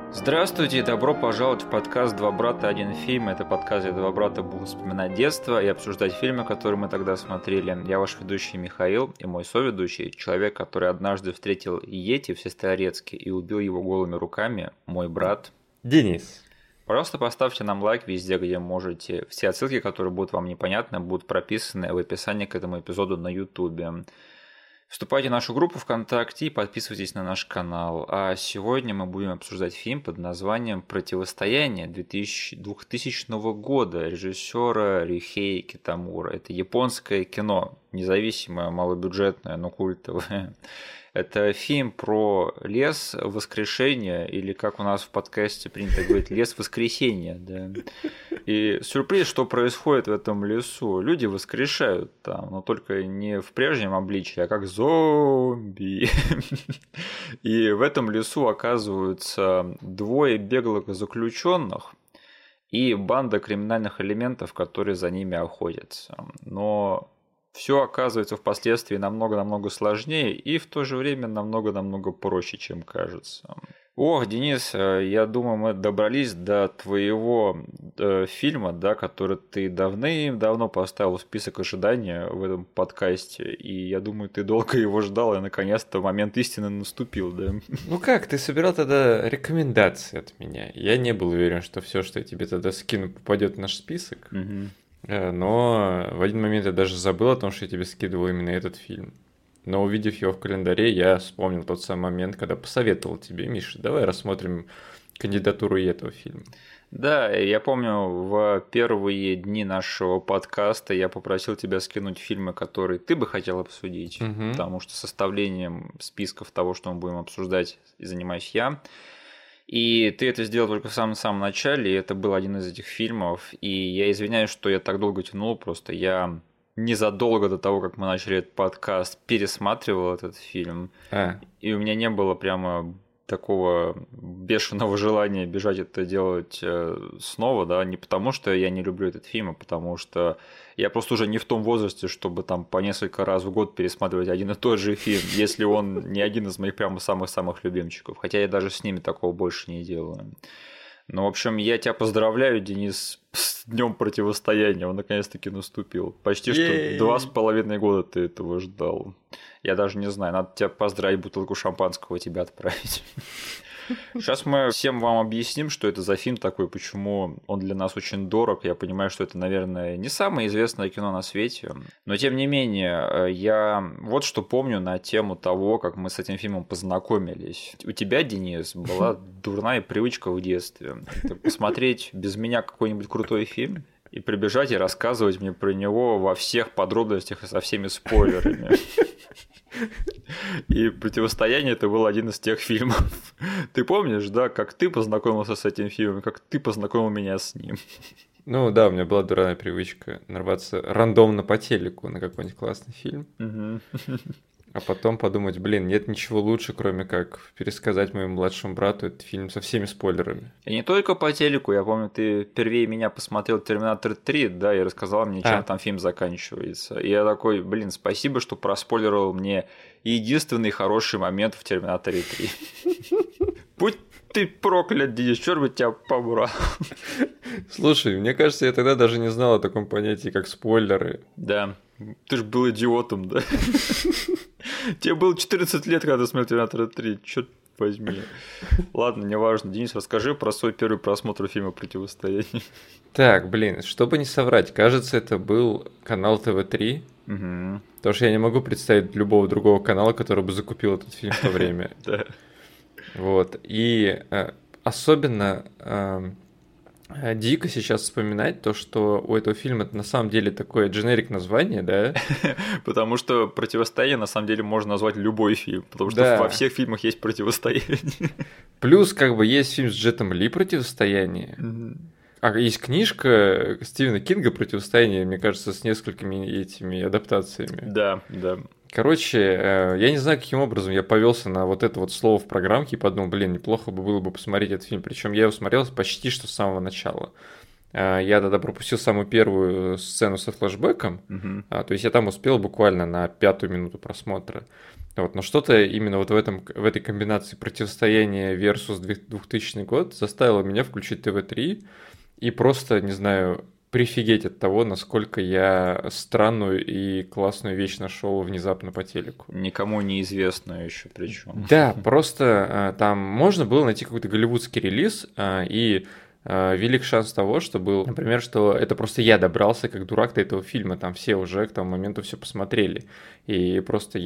Здравствуйте и добро пожаловать в подкаст «Два брата, один фильм». Это подкаст, где два брата будут вспоминать детство и обсуждать фильмы, которые мы тогда смотрели. Я ваш ведущий Михаил и мой соведущий, человек, который однажды встретил Йети в Сестрорецке и убил его голыми руками, мой брат Денис. Пожалуйста, поставьте нам лайк везде, где можете. Все отсылки, которые будут вам непонятны, будут прописаны в описании к этому эпизоду на YouTube. Вступайте в нашу группу ВКонтакте и подписывайтесь на наш канал. А сегодня мы будем обсуждать фильм под названием «Противостояние» 2000 года режиссера Рюхей Китамура. Это японское кино, независимое, малобюджетное, но культовое. Это фильм про лес воскрешения, или как у нас в подкасте принято говорить, лес воскресения. Да. И сюрприз, что происходит в этом лесу. Люди воскрешают там, но только не в прежнем обличии, а как зомби. И в этом лесу оказываются двое беглых заключенных и банда криминальных элементов, которые за ними охотятся. Но все оказывается впоследствии намного-намного сложнее и в то же время намного-намного проще, чем кажется. Ох, Денис, я думаю, мы добрались до твоего фильма, да, который ты давным-давно поставил в список ожидания в этом подкасте, и я думаю, ты долго его ждал, и наконец-то момент истины наступил, да? Ну как, ты собирал тогда рекомендации от меня. Я не был уверен, что все, что я тебе тогда скину, попадет в наш список. Но в один момент я даже забыл о том, что я тебе скидывал именно этот фильм. Но увидев его в календаре, я вспомнил тот самый момент, когда посоветовал тебе: Миша, давай рассмотрим кандидатуру и этого фильма. Да, я помню, в первые дни нашего подкаста я попросил тебя скинуть фильмы, которые ты бы хотел обсудить, потому что составлением списков того, что мы будем обсуждать, занимаюсь я. И ты это сделал только в самом начале, и это был один из этих фильмов. И я извиняюсь, что я так долго тянул, просто я незадолго до того, как мы начали этот подкаст, пересматривал этот фильм. И у меня не было прямо такого бешеного желания бежать это делать снова, да, не потому что я не люблю этот фильм, а потому что я просто уже не в том возрасте, чтобы там по несколько раз в год пересматривать один и тот же фильм, если он не один из моих прямо самых-самых любимчиков, хотя я даже с ними такого больше не делаю. Ну, в общем, я тебя поздравляю, Денис, с Днем Противостояния. Он наконец-таки наступил. Почти что 2,5 года ты этого ждал. Я даже не знаю, надо тебя поздравить, бутылку шампанского тебе отправить. Сейчас мы всем вам объясним, что это за фильм такой, почему он для нас очень дорог. Я понимаю, что это, наверное, не самое известное кино на свете. Но, тем не менее, я вот что помню на тему того, как мы с этим фильмом познакомились. У тебя, Денис, была дурная привычка в детстве. Это посмотреть без меня какой-нибудь крутой фильм и прибежать и рассказывать мне про него во всех подробностях и со всеми спойлерами. И «Противостояние» — это был один из тех фильмов. Ты помнишь, да, как ты познакомился с этим фильмом, как ты познакомил меня с ним? Ну да, у меня была дурная привычка нарваться рандомно по телеку на какой-нибудь классный фильм. А потом подумать: блин, нет ничего лучше, кроме как пересказать моему младшему брату этот фильм со всеми спойлерами. И не только по телеку, я помню, ты впервые меня посмотрел «Терминатор 3», да, и рассказал мне, чем там фильм заканчивается. И я такой: блин, спасибо, что проспойлерил мне единственный хороший момент в «Терминаторе 3». Будь ты проклят, Денис, черт бы тебя побрал. Слушай, мне кажется, я тогда даже не знал о таком понятии, как спойлеры. Да, ты ж был идиотом, да? Тебе было 14 лет, когда ты смотрел «Терминатор 3», черт возьми. Ладно, неважно. Денис, расскажи про свой первый просмотр фильма «Противостояние». Так, блин, чтобы не соврать, кажется, это был канал ТВ3. Потому что я не могу представить любого другого канала, который бы закупил этот фильм в то время. Да. Вот. И особенно дико сейчас вспоминать то, что у этого фильма на самом деле такое дженерик название, да? Потому что «Противостояние» на самом деле можно назвать любой фильм, потому что во всех фильмах есть противостояние. Плюс как бы есть фильм с Джетом Ли «Противостояние». А есть книжка Стивена Кинга «Противостояние», мне кажется, с несколькими этими адаптациями. Да, да. Короче, я не знаю, каким образом я повелся на вот это вот слово в программке и подумал: блин, неплохо бы было бы посмотреть этот фильм. Причем я его смотрел почти что с самого начала. Я тогда пропустил самую первую сцену со флешбеком, то есть я там успел буквально на 5-ю минуту просмотра. Вот, но что-то именно вот в этой комбинации противостояния versus 2000 год заставило меня включить ТВ-3 и просто, не знаю, прифигеть от того, насколько я странную и классную вещь нашел внезапно по телеку. Никому неизвестную еще причем. Да, просто там можно было найти какой-то голливудский релиз, и велик шанс того, что был, например, что это просто я добрался как дурак до этого фильма, там все уже к тому моменту все посмотрели, и просто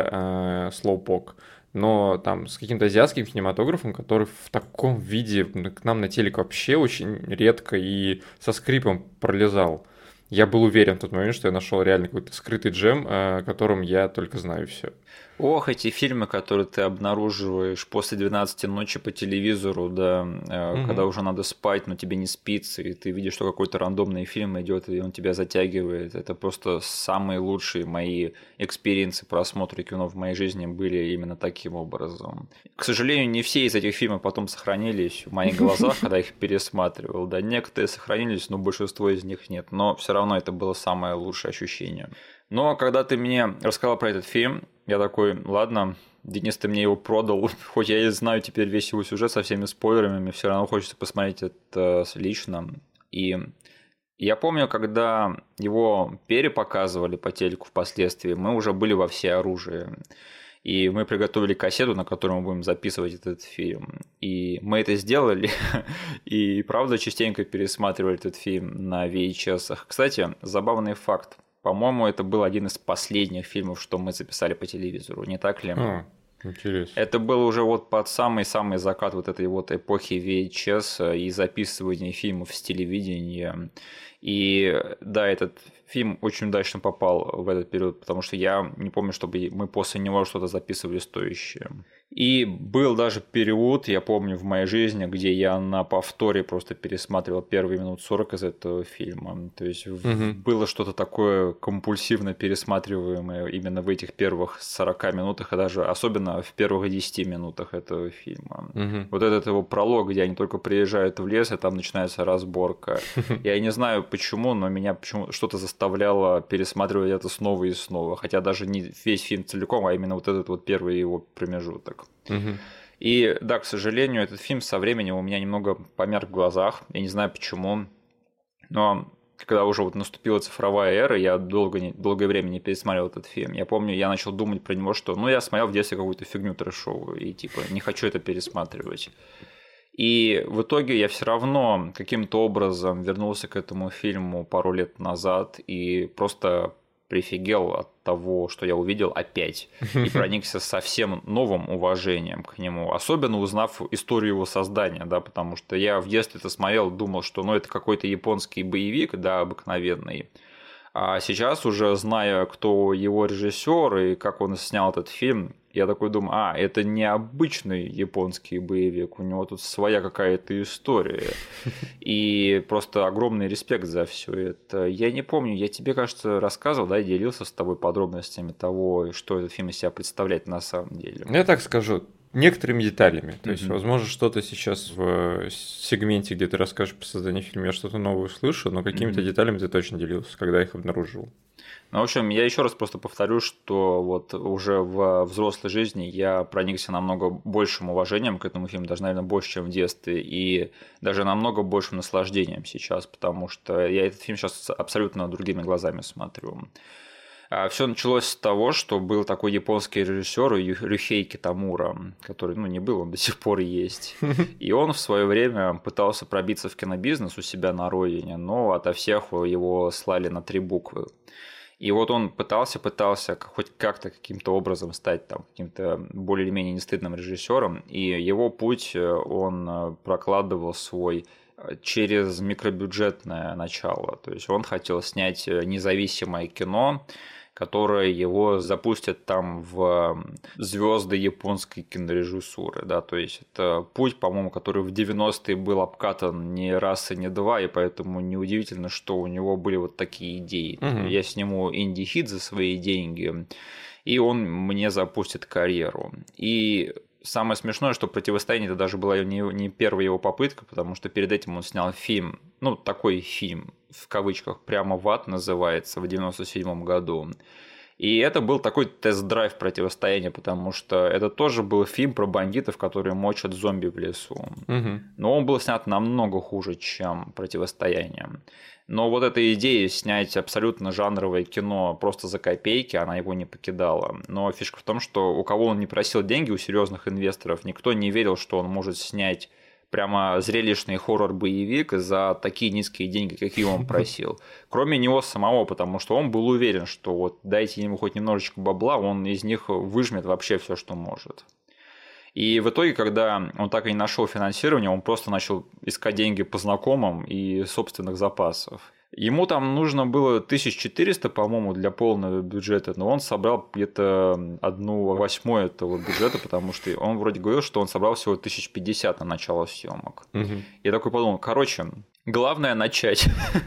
я слоупок. Но там с каким-то азиатским кинематографом, который в таком виде к нам на телек вообще очень редко и со скрипом пролезал. Я был уверен в тот момент, что я нашел реально какой-то скрытый джем, о котором я только знаю все. Ох, эти фильмы, которые ты обнаруживаешь после 12 ночи по телевизору, да, когда уже надо спать, но тебе не спится, и ты видишь, что какой-то рандомный фильм идет, и он тебя затягивает. Это просто самые лучшие мои экспириенсы просмотра кино в моей жизни были именно таким образом. К сожалению, не все из этих фильмов потом сохранились в моих глазах, когда я их пересматривал. Да, некоторые сохранились, но большинство из них нет. Но все равно это было самое лучшее ощущение. Но когда ты мне рассказал про этот фильм, я такой, ладно, Денис, ты мне его продал, хоть я и знаю теперь весь его сюжет со всеми спойлерами, мне все равно хочется посмотреть это лично. И я помню, когда его перепоказывали по телеку впоследствии, мы уже были во всеоружии. И мы приготовили кассету, на которой мы будем записывать этот фильм. И мы это сделали, и правда частенько пересматривали этот фильм на VHS. Кстати, забавный факт. По-моему, это был один из последних фильмов, что мы записали по телевизору, не так ли? Интересно. Это было уже вот под самый-самый закат вот этой вот эпохи VHS и записывания фильмов с телевидения. И да, этот фильм очень удачно попал в этот период, потому что я не помню, чтобы мы после него что-то записывали стоящее. И был даже период, я помню, в моей жизни, где я на повторе просто пересматривал первые минут 40 из этого фильма. То есть было что-то такое компульсивно пересматриваемое именно в этих первых 40 минутах, и даже особенно в первых 10 минутах этого фильма. Вот этот его пролог, где они только приезжают в лес, и там начинается разборка. Я не знаю почему, но меня почему что-то заставляло пересматривать это снова и снова. Хотя даже не весь фильм целиком, а именно вот этот вот первый его промежуток. И да, к сожалению, этот фильм со временем у меня немного померк в глазах. Я не знаю почему, но когда уже вот наступила цифровая эра, я долгое время не пересматривал этот фильм. Я помню, я начал думать про него, что я смотрел в детстве какую-то фигню трэшовую, и типа не хочу это пересматривать. И в итоге я все равно каким-то образом вернулся к этому фильму пару лет назад и просто прифигел от того, что я увидел опять, и проникся совсем новым уважением к нему, особенно узнав историю его создания, да, потому что я в детстве это смотрел, думал, что это какой-то японский боевик, да, обыкновенный. А сейчас уже зная, кто его режиссер и как он снял этот фильм, я такой думаю, это не обычный японский боевик, у него тут своя какая-то история. И просто огромный респект за все это. Я не помню, я тебе, кажется, рассказывал, да, и делился с тобой подробностями того, что этот фильм из себя представляет на самом деле. Я так скажу, некоторыми деталями. То есть, возможно, что-то сейчас в сегменте, где ты расскажешь по созданию фильма, я что-то новое услышу, но какими-то деталями ты точно делился, когда их обнаруживал. Ну, в общем, я еще раз просто повторю, что вот уже в взрослой жизни я проникся намного большим уважением к этому фильму, даже, наверное, больше, чем в детстве, и даже намного большим наслаждением сейчас, потому что я этот фильм сейчас абсолютно другими глазами смотрю. Все началось с того, что был такой японский режиссер Рюхей Китамура, который, не был, он до сих пор есть. И он в свое время пытался пробиться в кинобизнес у себя на родине, но ото всех его слали на 3 буквы. И вот он пытался хоть как-то каким-то образом стать там каким-то более или менее нестыдным режиссером, и его путь он прокладывал свой через микробюджетное начало. То есть он хотел снять независимое кино, которое его запустят там в звезды японской кинорежиссуры, да, то есть это путь, по-моему, который в 90-е был обкатан не раз и не два, и поэтому неудивительно, что у него были вот такие идеи. Я сниму инди-хит за свои деньги, и он мне запустит карьеру. И самое смешное, что «Противостояние» это даже была не первая его попытка, потому что перед этим он снял фильм, ну, такой фильм, в кавычках, прямо в ад называется, в 1997 году. И это был такой тест-драйв «Противостояния», потому что это тоже был фильм про бандитов, которые мочат зомби в лесу. Угу. Но он был снят намного хуже, чем «Противостояние». Но вот эта идея снять абсолютно жанровое кино просто за копейки, она его не покидала. Но фишка в том, что у кого он не просил деньги, у серьезных инвесторов, никто не верил, что он может снять прямо зрелищный хоррор-боевик за такие низкие деньги, какие он просил. Кроме него самого, потому что он был уверен, что вот дайте ему хоть немножечко бабла, он из них выжмет вообще все, что может. И в итоге, когда он так и не нашел финансирования, он просто начал искать деньги по знакомым и собственных запасов. Ему там нужно было 1400, по-моему, для полного бюджета, но он собрал где-то 1/8 этого бюджета, потому что он вроде говорил, что он собрал всего 1050 на начало съемок. Я такой подумал, короче, главное начать.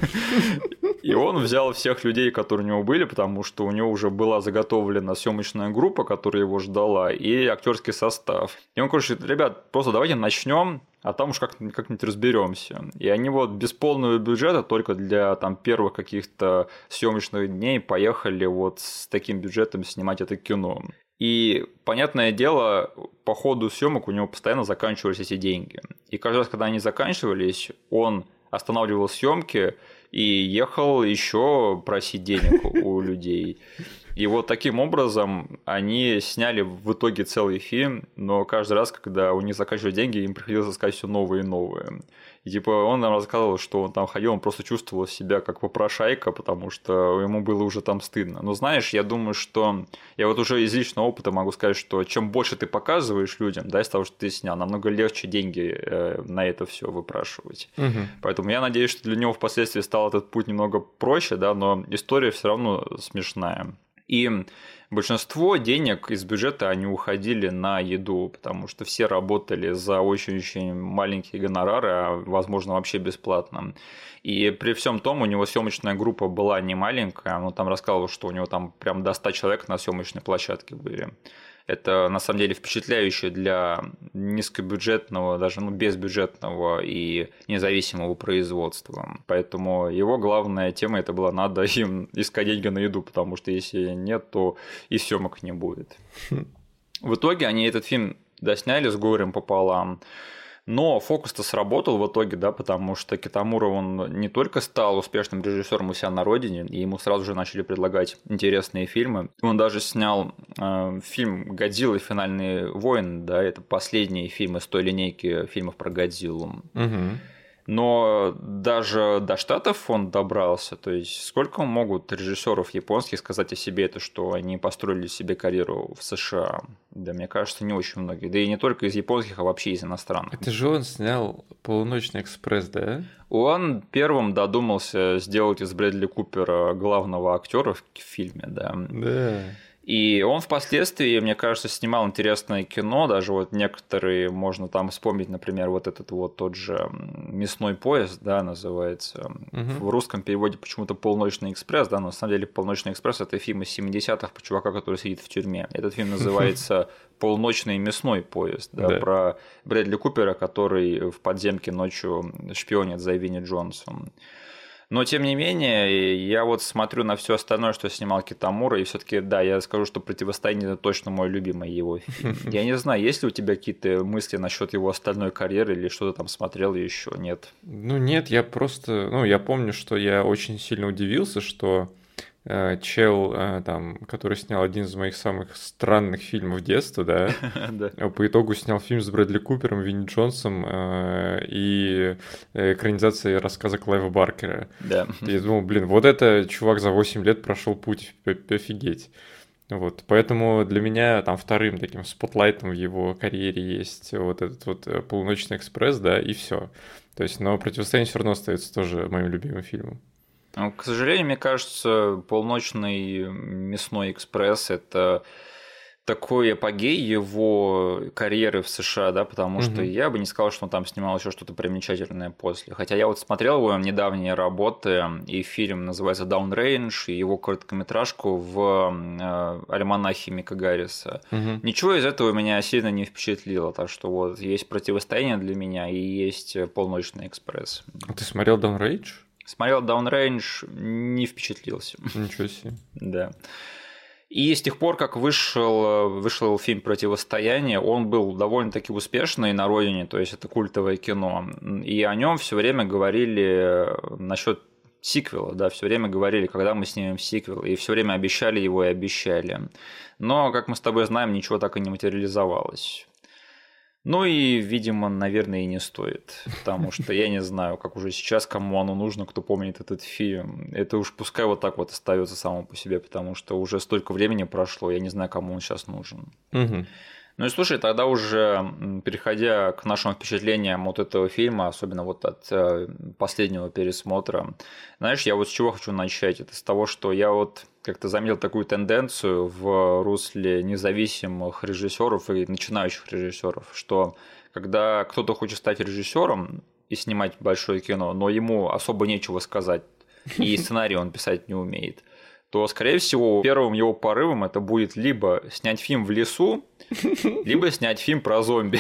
И он взял всех людей, которые у него были, потому что у него уже была заготовлена съемочная группа, которая его ждала, и актерский состав. И он говорит, ребят, просто давайте начнем, а там уж как-нибудь разберемся. И они вот без полного бюджета, только для там первых каких-то съемочных дней поехали вот с таким бюджетом снимать это кино. И, понятное дело, по ходу съемок у него постоянно заканчивались эти деньги. И каждый раз, когда они заканчивались, он останавливал съемки и ехал еще просить денег у людей. И вот таким образом они сняли в итоге целый фильм, но каждый раз, когда у них заканчивались деньги, им приходилось искать все новые и новые. И типа он нам рассказывал, что он там ходил, он просто чувствовал себя как попрошайка, потому что ему было уже там стыдно. Но знаешь, я думаю, что я вот уже из личного опыта могу сказать, что чем больше ты показываешь людям, да, из того, что ты снял, намного легче деньги на это все выпрашивать. Поэтому я надеюсь, что для него впоследствии стал этот путь немного проще, да, но история все равно смешная. И большинство денег из бюджета они уходили на еду, потому что все работали за очень-очень маленькие гонорары, а возможно вообще бесплатно. И при всем том у него съемочная группа была не маленькая, он там рассказывал, что у него там прям до 100 человек на съемочной площадке были. Это на самом деле впечатляюще для низкобюджетного, даже безбюджетного и независимого производства. Поэтому его главная тема это была надо им искать деньги на еду, потому что если нет, то и съемок не будет. В итоге они этот фильм досняли с горем пополам. Но фокус-то сработал в итоге, да, потому что Китамура, он не только стал успешным режиссером у себя на родине, и ему сразу же начали предлагать интересные фильмы. Он даже снял фильм «Годзилла. Финальный воин», да, это последний фильм из той линейки фильмов про Годзиллу. Но даже до Штатов он добрался. То есть, сколько могут режиссеров японских сказать о себе, это что они построили себе карьеру в США? Да, мне кажется, не очень многие. Да и не только из японских, а вообще из иностранных. Это же он снял «Полуночный экспресс», да? Он первым додумался сделать из Брэдли Купера главного актера в фильме, да. Да. И он впоследствии, мне кажется, снимал интересное кино, даже вот некоторые, можно там вспомнить, например, вот этот вот тот же «Мясной поезд», да, называется. В русском переводе почему-то «Полночный экспресс», да, но на самом деле «Полночный экспресс» – это фильм из 70-х про чувака, который сидит в тюрьме. Этот фильм называется «Полночный мясной поезд», да, про Брэдли Купера, который в подземке ночью шпионит за Винни Джонсом. Но, тем не менее, я вот смотрю на все остальное, что снимал Китамура, и все-таки, да, я скажу, что «Противостояние» – это точно мой любимый его фильм. Я не знаю, есть ли у тебя какие-то мысли насчет его остальной карьеры, или что ты там смотрел еще? Нет? Ну, нет, я просто… Ну, я помню, что я очень сильно удивился, что чел, там, который снял один из моих самых странных фильмов детства, да, по итогу снял фильм с Брэдли Купером, Винни Джонсом и экранизацией рассказа Клайва Баркера. Да. Я думал, блин, вот это чувак за 8 лет прошел путь, офигеть. Вот, поэтому для меня там вторым таким спотлайтом в его карьере есть вот этот вот «Полуночный экспресс», да, и все. То есть, но «Противостояние» все равно остается тоже моим любимым фильмом. К сожалению, мне кажется, «Полночный мясной экспресс» – это такой апогей его карьеры в США, да, потому что я бы не сказал, что он там снимал еще что-то примечательное после. Хотя я вот смотрел его недавние работы, и фильм называется Downrange, и его короткометражку в альманахе Мика Гарриса. Ничего из этого меня сильно не впечатлило, так что вот есть противостояние для меня и есть Полночный экспресс. А ты смотрел Downrange? Смотрел Downrange, не впечатлился. Ничего себе. Да. И с тех пор, как вышел фильм «Противостояние», он был довольно-таки успешный на родине, то есть это культовое кино. И о нем все время говорили насчет сиквела, да, все время говорили, когда мы снимем сиквел, и все время обещали его и обещали. Но, как мы с тобой знаем, ничего так и не материализовалось. Ну и, видимо, наверное, и не стоит, потому что я не знаю, как уже сейчас, кому оно нужно, кто помнит этот фильм. Это уж пускай вот так вот остается само по себе, потому что уже столько времени прошло, я не знаю, кому он сейчас нужен. Ну и слушай, тогда уже переходя к нашим впечатлениям от этого фильма, особенно вот от последнего пересмотра, знаешь, я вот с чего хочу начать? Это с того, что я вот как-то заметил такую тенденцию в русле независимых режиссеров и начинающих режиссеров, что когда кто-то хочет стать режиссером и снимать большое кино, но ему особо нечего сказать, и сценарий он писать не умеет, то, скорее всего, первым его порывом это будет либо снять фильм в лесу, либо снять фильм про зомби.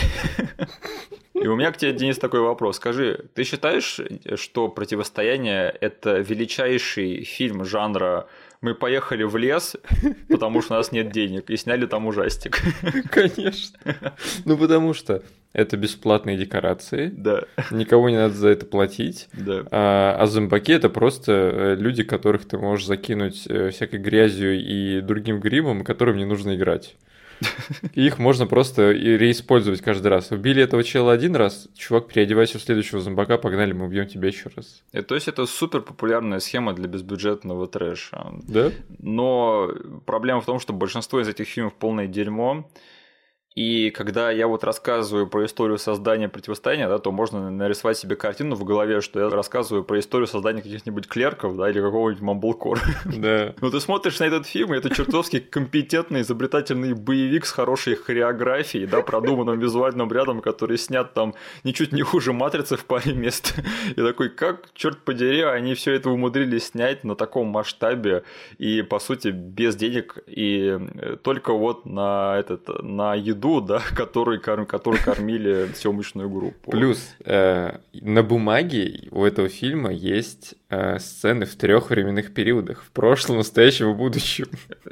И у меня к тебе, Денис, такой вопрос. Скажи, ты считаешь, что «Противостояние» – это величайший фильм жанра «Мы поехали в лес, потому что у нас нет денег, и сняли там ужастик»? Конечно. Ну, потому что это бесплатные декорации. Да. Никого не надо за это платить. Да. А зомбаки – это просто люди, которых ты можешь закинуть всякой грязью и другим гримом, которым не нужно играть. И их можно просто реиспользовать каждый раз. Убили этого чела один раз, чувак, переодевайся в следующего зомбака, погнали, мы убьем тебя еще раз. То есть это супер популярная схема для безбюджетного трэша. Да? Но проблема в том, что большинство из этих фильмов полное дерьмо. И когда я вот рассказываю про историю создания «Противостояния», да, то можно нарисовать себе картину в голове, что я рассказываю про историю создания каких-нибудь клерков, да, или какого-нибудь Mumblecore. Да. Но ты смотришь на этот фильм, и это чертовски компетентный, изобретательный боевик с хорошей хореографией, да, продуманным визуальным рядом, который снят там ничуть не хуже «Матрицы» в паре мест. И такой, как, черт подери, они все это умудрились снять на таком масштабе и, по сути, без денег, и только вот на еду, да, который кормили съемочную группу. Плюс на бумаге у этого фильма есть сцены в 3 временных периодах: в прошлом, настоящем и будущем.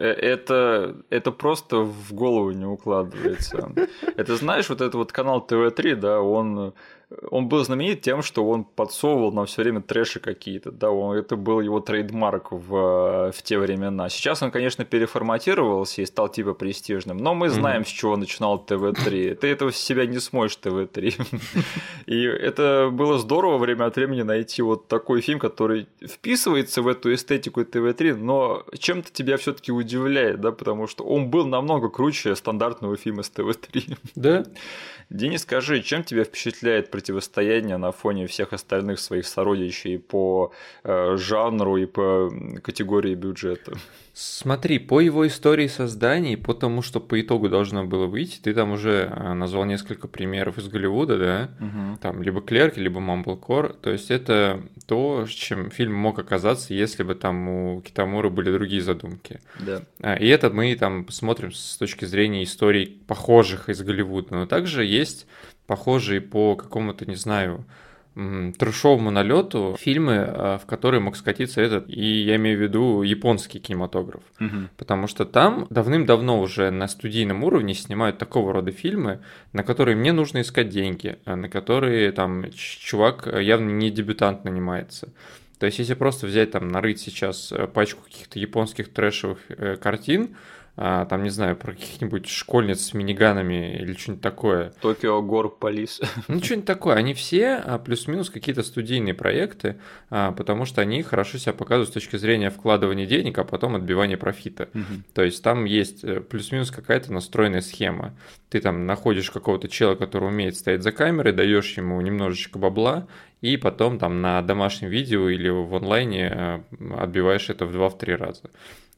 Это просто в голову не укладывается. Это, знаешь, вот этот вот канал ТВ3, да, он был знаменит тем, что он подсовывал нам все время трэши какие-то, да, это был его трейдмарк в те времена. Сейчас он, конечно, переформатировался и стал типа престижным, но мы знаем, с чего начинал ТВ3. Ты этого с себя не смоешь, ТВ3. И это было здорово время от времени найти вот такой фильм, который вписывается в эту эстетику ТВ3, но чем-то тебя все таки удивляет, да, потому что он был намного круче стандартного фильма с ТВ3. Да? Денис, скажи, чем тебя впечатляет «Противостояние» на фоне всех остальных своих сородичей по жанру и по категории бюджета? Смотри, по его истории создания, по тому, что по итогу должно было выйти, ты там уже назвал несколько примеров из Голливуда, да? Там либо «Клерки», либо «Mumblecore». То есть это то, чем фильм мог оказаться, если бы там у Китамуры были другие задумки. Да. И это мы там посмотрим с точки зрения историй, похожих из Голливуда. Но также есть похожие по какому-то, не знаю, трэшовому налету фильмы, в которые мог скатиться этот, и я имею в виду японский кинематограф. Потому что там давным-давно уже на студийном уровне снимают такого рода фильмы, на которые мне нужно искать деньги, на которые там чувак явно не дебютант нанимается. То есть если просто взять там, нарыть сейчас пачку каких-то японских трэшевых картин, там, не знаю, про каких-нибудь школьниц с миниганами или что-нибудь такое. Токио Гор Полис. Ну, что-нибудь такое. Они все плюс-минус какие-то студийные проекты, потому что они хорошо себя показывают с точки зрения вкладывания денег, а потом отбивания профита. То есть там есть плюс-минус какая-то настроенная схема. Ты там находишь какого-то чела, который умеет стоять за камерой, даешь ему немножечко бабла, и потом там на домашнем видео или в онлайне отбиваешь это в 2-3 раза.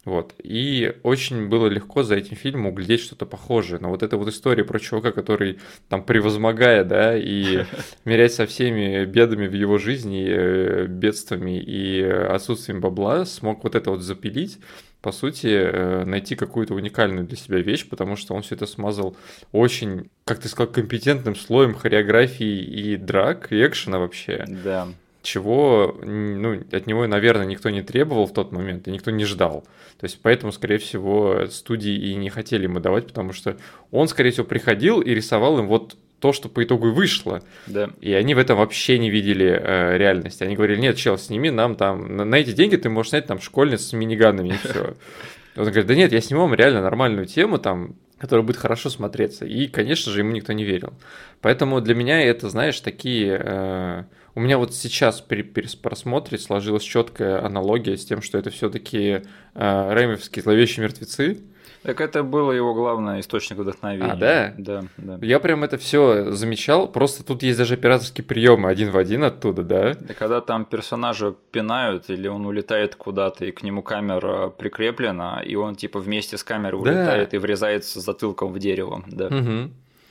Вот. И очень было легко за этим фильмом углядеть что-то похожее. Но вот эта вот история про чувака, который там превозмогая, да, и мирясь со всеми бедами в его жизни, бедствами и отсутствием бабла, смог вот это вот запилить, по сути, найти какую-то уникальную для себя вещь, потому что он все это смазал очень, как ты сказал, компетентным слоем хореографии и драк, и экшена вообще. Да. Чего, ну, от него, наверное, никто не требовал в тот момент, и никто не ждал. То есть, поэтому, скорее всего, студии и не хотели ему давать, потому что он, скорее всего, приходил и рисовал им вот то, что по итогу и вышло. Да. И они в этом вообще не видели реальности. Они говорили, нет, чел, сними нам там, на эти деньги ты можешь снять там школьниц с миниганами и все. Он говорит, да нет, я сниму вам реально нормальную тему там, которая будет хорошо смотреться. И, конечно же, ему никто не верил. Поэтому для меня это, знаешь, такие... У меня вот сейчас при просмотре сложилась четкая аналогия с тем, что это все-таки рэймовские зловещие мертвецы. Так это было его главный источник вдохновения. А, да? Да, да. Я прям это все замечал. Просто тут есть даже операторские приемы один в один оттуда, да? И когда там персонажа пинают, или он улетает куда-то, и к нему камера прикреплена, и он типа вместе с камерой улетает и врезается затылком в дерево. Да. Угу.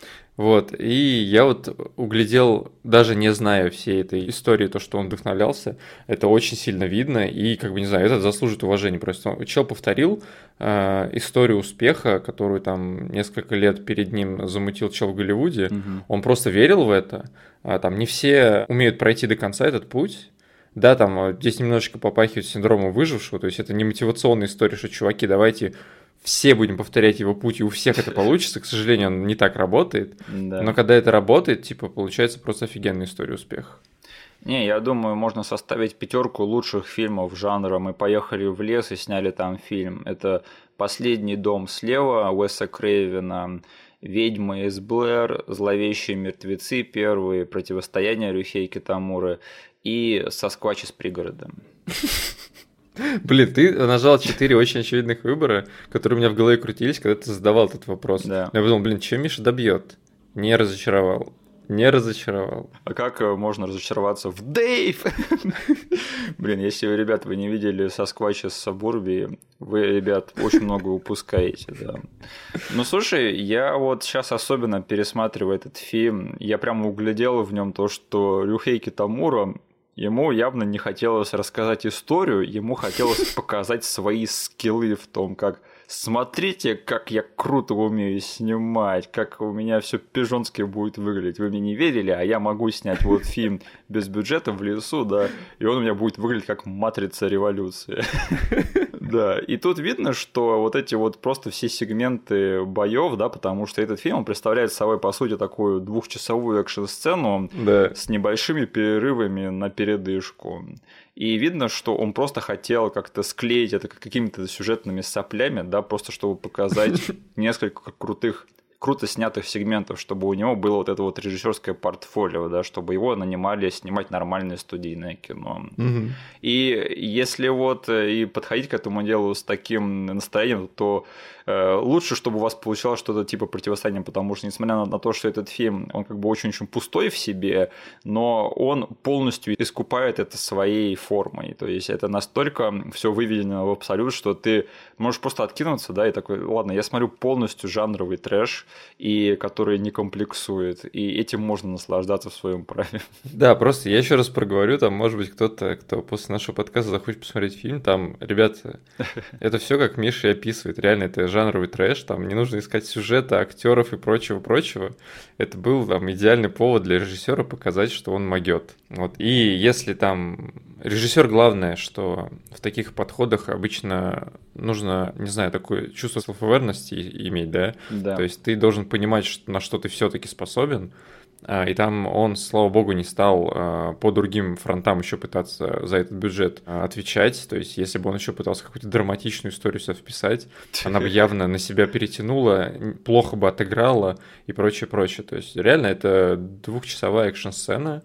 Вот, и я вот углядел, даже не зная всей этой истории, то, что он вдохновлялся, это очень сильно видно, и, как бы, не знаю, это заслуживает уважения. Просто чел повторил историю успеха, которую там несколько лет перед ним замутил чел в Голливуде, он просто верил в это, там не все умеют пройти до конца этот путь. Да, там здесь немножечко попахивает синдромом выжившего, то есть это не мотивационная история, что, чуваки, давайте... Все будем повторять его путь, и у всех это получится. К сожалению, он не так работает. Да. Но когда это работает, типа, получается просто офигенная история успеха. Не, я думаю, можно составить 5 лучших фильмов жанра. Мы поехали в лес и сняли там фильм. Это «Последний дом слева» Уэса Крейвена, «Ведьмы из Блэр», «Зловещие мертвецы» первые, «Противостояние» Рюхей Китамуры и «Сасквач из пригорода». Блин, ты нажал 4 очень очевидных выбора, которые у меня в голове крутились, когда ты задавал этот вопрос. Да. Я подумал, блин, чем Миша добьет? Не разочаровал. Не разочаровал. А как можно разочароваться в Дэйв? Блин, если вы, ребят, вы не видели Сасквача с Сабурби, вы, ребят, очень много упускаете, да. Ну, слушай, я вот сейчас особенно пересматриваю этот фильм, я прямо углядел в нем то, что Рюхей Китамура, ему явно не хотелось рассказать историю, ему хотелось показать свои скиллы в том, как смотрите, как я круто умею снимать, как у меня все пижонски будет выглядеть. Вы мне не верили, а я могу снять вот фильм без бюджета в лесу, да, и он у меня будет выглядеть как «Матрица революции». Да, и тут видно, что вот эти вот просто все сегменты боев, да, потому что этот фильм он представляет собой, по сути, такую 2-часовую экшн-сцену с небольшими перерывами на передышку. И видно, что он просто хотел как-то склеить это какими-то сюжетными соплями, да, просто чтобы показать несколько круто снятых сегментов, чтобы у него было вот это вот режиссерское портфолио, да, чтобы его нанимали снимать нормальное студийное кино. И если вот и подходить к этому делу с таким настроением, то лучше, чтобы у вас получалось что-то типа «Противостояния», потому что, несмотря на то, что этот фильм, он как бы очень-очень пустой в себе, но он полностью искупает это своей формой. То есть это настолько все выведено в абсолют, что ты можешь просто откинуться, да, и такой, ладно, я смотрю полностью жанровый трэш, и который не комплексует, и этим можно наслаждаться в своем праве. Да, просто я еще раз проговорю, там, может быть, кто-то, кто после нашего подкаста захочет посмотреть фильм, там, ребята, это все как Миша описывает, реально, это жанровый трэш, там не нужно искать сюжета, актеров и прочего. Это был там идеальный повод для режиссера показать, что он могет. Вот. И если там режиссер, главное, что в таких подходах обычно нужно, не знаю, такое чувство self-awareness иметь, да? Да. То есть ты должен понимать, на что ты все-таки способен. И там он, слава богу, не стал по другим фронтам еще пытаться за этот бюджет отвечать. То есть, если бы он еще пытался какую-то драматичную историю сюда вписать, она бы явно на себя перетянула, плохо бы отыграла и прочее. То есть, реально, это 2-часовая экшн-сцена.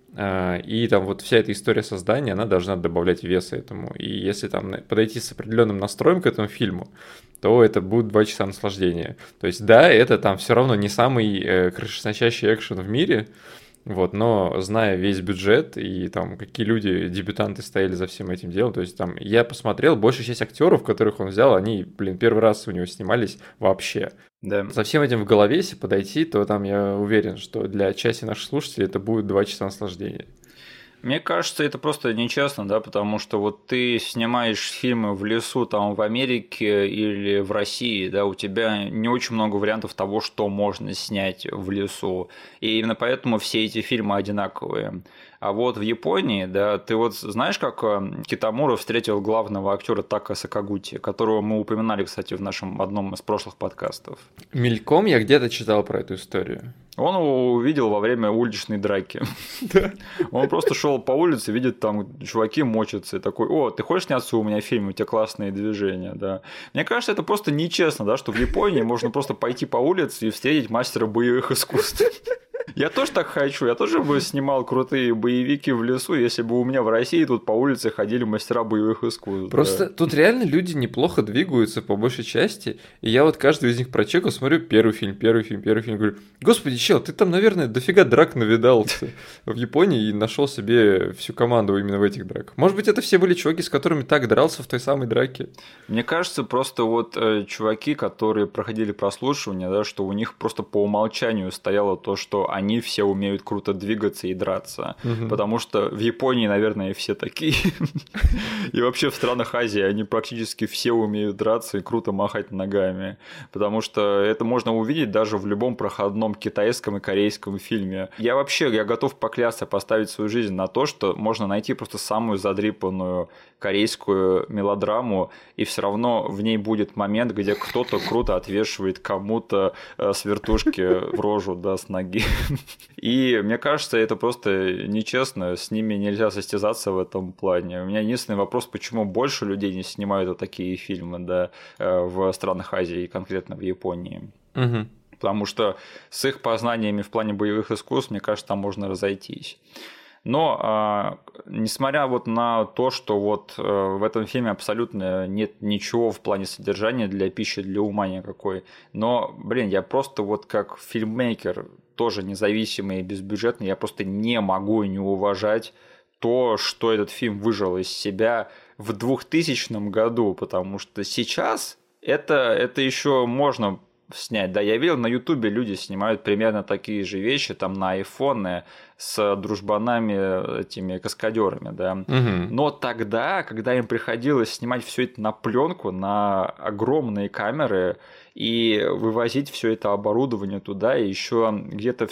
И там вот вся эта история создания, она должна добавлять веса этому. И если там подойти с определенным настроем к этому фильму, то это будет 2 часа наслаждения. То есть, да, это там все равно не самый крышесносящий экшен в мире, Вот, но зная весь бюджет и там какие люди, дебютанты стояли за всем этим делом, то есть там я посмотрел, большая часть актеров, которых он взял, они, первый раз у него снимались вообще. Да. Со всем этим в голове, если подойти, то там я уверен, что для части наших слушателей это будет 2 часа наслаждения. Мне кажется, это просто нечестно, да, потому что вот ты снимаешь фильмы в лесу там в Америке или в России, да, у тебя не очень много вариантов того, что можно снять в лесу, и именно поэтому все эти фильмы одинаковые. А вот в Японии, да, ты вот знаешь, как Китамура встретил главного актера Така Сакагути, которого мы упоминали, кстати, в нашем одном из прошлых подкастов? Мельком я где-то читал про эту историю. Он его увидел во время уличной драки. Он просто шел по улице, видит, там чуваки мочатся, и такой: о, ты хочешь сняться у меня в фильме, у тебя классные движения, да. Мне кажется, это просто нечестно, да, что в Японии можно просто пойти по улице и встретить мастера боевых искусств. Я тоже так хочу, я тоже бы снимал крутые боевики в лесу, если бы у меня в России тут по улице ходили мастера боевых искусств. Просто тут реально люди неплохо двигаются по большей части, и я вот каждый из них прочекал, смотрю первый фильм, говорю: господи, чел, ты там, наверное, дофига драк навидался в Японии и нашел себе всю команду именно в этих драках. Может быть, это все были чуваки, с которыми так дрался в той самой драке? Мне кажется, просто вот чуваки, которые проходили прослушивание, да, что у них просто по умолчанию стояло то, что они все умеют круто двигаться и драться. Потому что в Японии, наверное, все такие. И вообще в странах Азии они практически все умеют драться и круто махать ногами. Потому что это можно увидеть даже в любом проходном китайском и корейском фильме. Я готов поклясться, поставить свою жизнь на то, что можно найти просто самую задрипанную корейскую мелодраму, и все равно в ней будет момент, где кто-то круто отвешивает кому-то с вертушки в рожу, да, с ноги. И мне кажется, это просто нечестно, с ними нельзя состязаться в этом плане. У меня единственный вопрос: почему больше людей не снимают вот такие фильмы, да, в странах Азии, конкретно в Японии. Потому что с их познаниями в плане боевых искусств, мне кажется, там можно разойтись. Но несмотря вот на то, что вот в этом фильме абсолютно нет ничего в плане содержания для пищи, для ума никакой, но, я просто вот как фильммейкер, тоже независимый и безбюджетный, я просто не могу не уважать то, что этот фильм выжил из себя в 2000 году, потому что сейчас это еще можно снять. Да, я видел на Ютубе, люди снимают примерно такие же вещи там на айфоны с дружбанами, этими каскадерами, да. Но тогда, когда им приходилось снимать все это на пленку, на огромные камеры и вывозить все это оборудование туда, и еще где-то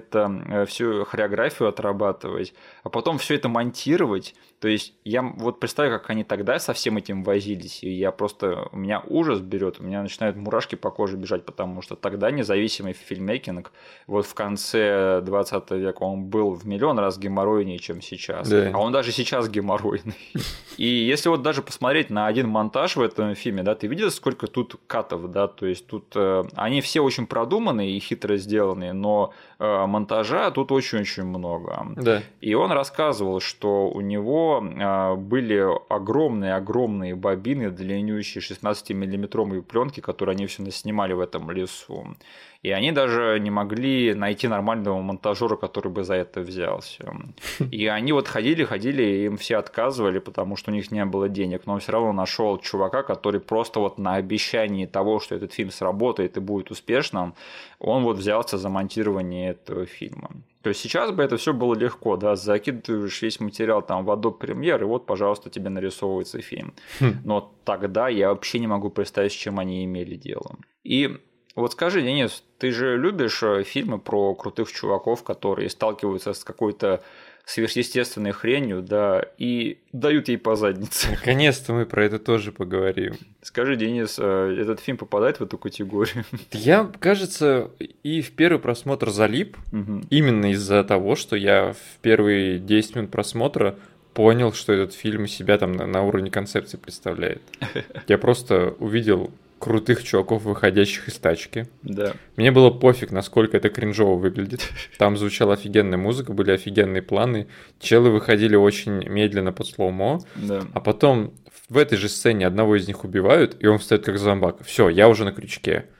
всю хореографию отрабатывать, а потом все это монтировать. То есть я вот представляю, как они тогда со всем этим возились, и у меня ужас берет, у меня начинают мурашки по коже бежать, потому что тогда независимый фильммейкинг вот в конце 20 века он был в миллион раз геморройнее, чем сейчас. Да. А он даже сейчас геморройный. И если вот даже посмотреть на один монтаж в этом фильме, да, ты видел, сколько тут катов, да, то есть тут они все очень продуманные и хитро сделанные, но монтажа тут очень-очень много. Да. И он рассказывал, что у него были огромные бобины, длиннющие 16-миллиметровые пленки, которые они все наснимали в этом лесу. И они даже не могли найти нормального монтажера, который бы за это взялся. И они вот ходили, и им все отказывали, потому что у них не было денег. Но он все равно нашел чувака, который просто вот на обещании того, что этот фильм сработает и будет успешным, он вот взялся за монтирование этого фильма. То есть сейчас бы это все было легко, да, закидываешь весь материал там в Adobe Premiere, и вот, пожалуйста, тебе нарисовывается фильм. Но тогда я вообще не могу представить, с чем они имели дело. И вот скажи, Денис, ты же любишь фильмы про крутых чуваков, которые сталкиваются с какой-то сверхъестественной хренью, да, и дают ей по заднице. Наконец-то мы про это тоже поговорим. Скажи, Денис, этот фильм попадает в эту категорию? Я, кажется, и в первый просмотр залип, именно из-за того, что я в первые 10 минут просмотра понял, что этот фильм себя там на уровне концепции представляет. Я просто увидел крутых чуваков, выходящих из тачки. Да. Мне было пофиг, насколько это кринжово выглядит. Там звучала офигенная музыка, были офигенные планы. Челы выходили очень медленно под слоумо. Да. А потом в этой же сцене одного из них убивают, и он встает как зомбак. Все, я уже на крючке.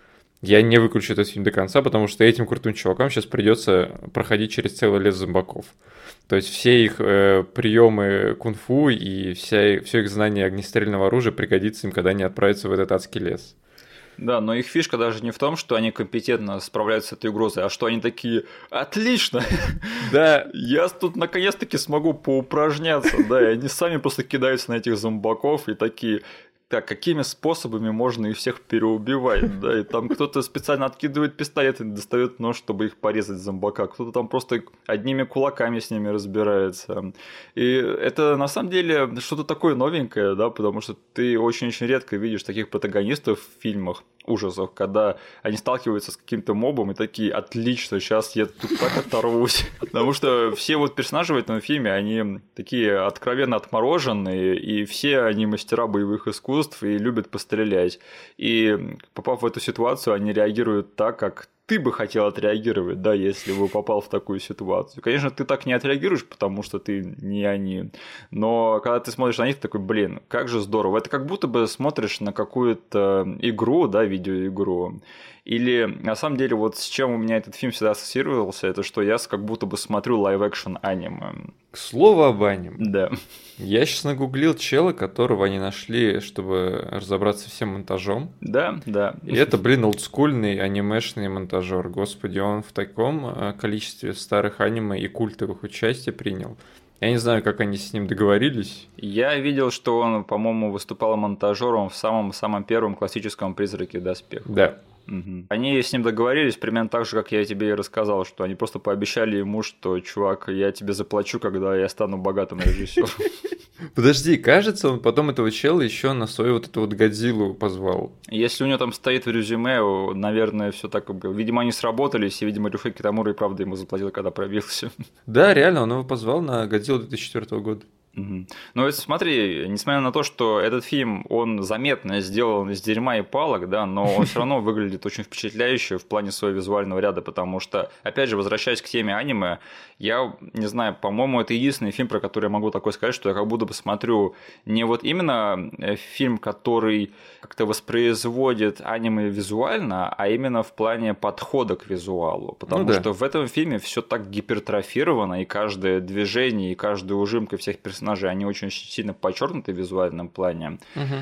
я не выключу этот фильм до конца, потому что этим крутым чувакам сейчас придется проходить через целый лес зомбаков. То есть все их приемы кунг-фу и все их знание огнестрельного оружия пригодится им, когда они отправятся в этот адский лес. Да, но их фишка даже не в том, что они компетентно справляются с этой угрозой, а что они такие: отлично! Да. Я тут наконец-таки смогу поупражняться, да, и они сами просто кидаются на этих зомбаков и такие: так, какими способами можно их всех переубивать, да, и там кто-то специально откидывает пистолет и достает нож, чтобы их порезать зомбака, кто-то там просто одними кулаками с ними разбирается. И это на самом деле что-то такое новенькое, да, потому что ты очень-очень редко видишь таких протагонистов в фильмах ужасов, когда они сталкиваются с каким-то мобом и такие: отлично, сейчас я тут так оторвусь. Потому что все вот персонажи в этом фильме, они такие откровенно отмороженные, и все они мастера боевых искусств и любят пострелять. И попав в эту ситуацию, они реагируют так, как ты бы хотел отреагировать, да, если бы попал в такую ситуацию. Конечно, ты так не отреагируешь, потому что ты не они. Но когда ты смотришь на них, ты такой: блин, как же здорово. Это как будто бы смотришь на какую-то игру, да, видеоигру. Или, на самом деле, вот с чем у меня этот фильм всегда ассоциировался, это что я как будто бы смотрю лайв-экшн аниме. К слову об аниме. Да. Я сейчас нагуглил чела, которого они нашли, чтобы разобраться всем монтажом. Да, да. И это, блин, олдскульный анимешный монтажер. Господи, он в таком количестве старых аниме и культовых участий принял. Я не знаю, как они с ним договорились. Я видел, что он, по-моему, выступал монтажером в самом первом классическом «Призраке доспех». Да. Угу. Они с ним договорились примерно так же, как я тебе и рассказал, что они просто пообещали ему, что: чувак, я тебе заплачу, когда я стану богатым режиссером. Подожди, кажется, он потом этого чела еще на свою вот эту вот Годзиллу позвал. Если у него там стоит в резюме, наверное, все так и было. Видимо, они сработались, и, видимо, Рюхей Китамура и правда ему заплатил, когда пробился. Да, реально, он его позвал на Годзиллу 2004 года. Угу. Но смотри, несмотря на то, что этот фильм, он заметно сделан из дерьма и палок, да, но он все равно выглядит очень впечатляюще в плане своего визуального ряда, потому что, опять же, возвращаясь к теме аниме, я не знаю, по-моему, это единственный фильм, про который я могу такое сказать, что я как будто бы смотрю не вот именно фильм, который как-то воспроизводит аниме визуально, а именно в плане подхода к визуалу, потому что в этом фильме все так гипертрофировано, и каждое движение, и каждая ужимка всех персонажей, они очень сильно подчеркнуты в визуальном плане,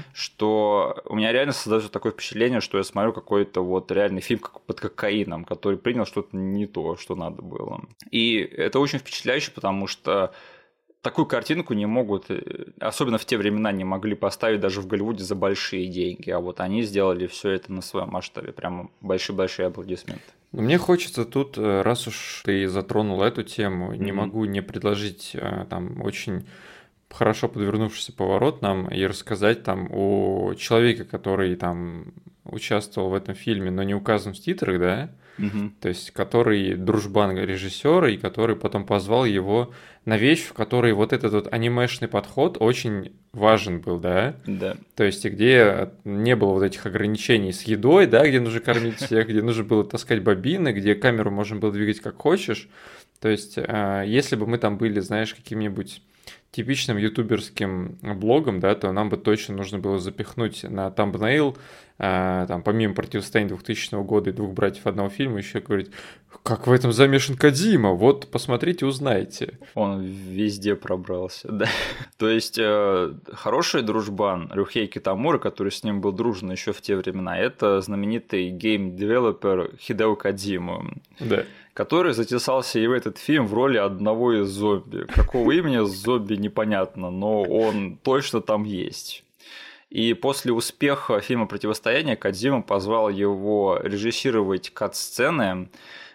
что у меня реально создается такое впечатление, что я смотрю какой-то вот реальный фильм под кокаином, который принял что-то не то, что надо было. И это очень впечатляюще, потому что такую картинку не могут, особенно в те времена, не могли поставить даже в Голливуде за большие деньги, а вот они сделали все это на своем масштабе, прямо большие-большие аплодисменты. Мне хочется тут, раз уж ты затронул эту тему, не могу не предложить там очень хорошо подвернувшийся поворот нам и рассказать там о человеке, который там участвовал в этом фильме, но не указан в титрах, да? То есть, который дружбан режиссера и который потом позвал его на вещь, в которой вот этот вот анимешный подход очень важен был, да? Да. То есть, и где не было вот этих ограничений с едой, да, где нужно кормить всех, где нужно было таскать бобины, где камеру можно было двигать как хочешь. То есть, если бы мы там были, знаешь, каким-нибудь типичным ютуберским блогом, да, то нам бы точно нужно было запихнуть на thumbnail, там, помимо «Противостояния» 2000 года и «Двух братьев одного фильма», еще говорить: как в этом замешан Кодзима, вот посмотрите, узнаете. Он везде пробрался, да. То есть хороший дружбан Рюхей Китамура, который с ним был дружен еще в те времена, это знаменитый гейм-девелопер Хидео Кодзима. Да. Который затесался и в этот фильм в роли одного из зомби. Какого имени зомби непонятно, но он точно там есть. И после успеха фильма «Противостояние» Кодзима позвал его режиссировать кат-сцены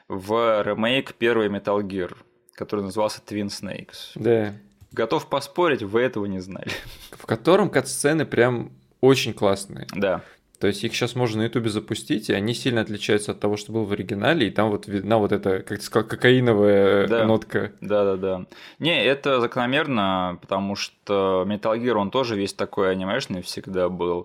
в ремейк первой Metal Gear, который назывался Twin Snakes. Да. Готов поспорить, вы этого не знали. В котором кат-сцены прям очень классные. Да. То есть их сейчас можно на Ютубе запустить, и они сильно отличаются от того, что было в оригинале, и там вот видна вот эта, как ты сказал, кокаиновая нотка. Да. Не, это закономерно, потому что Metal Gear, он тоже весь такой анимешный всегда был.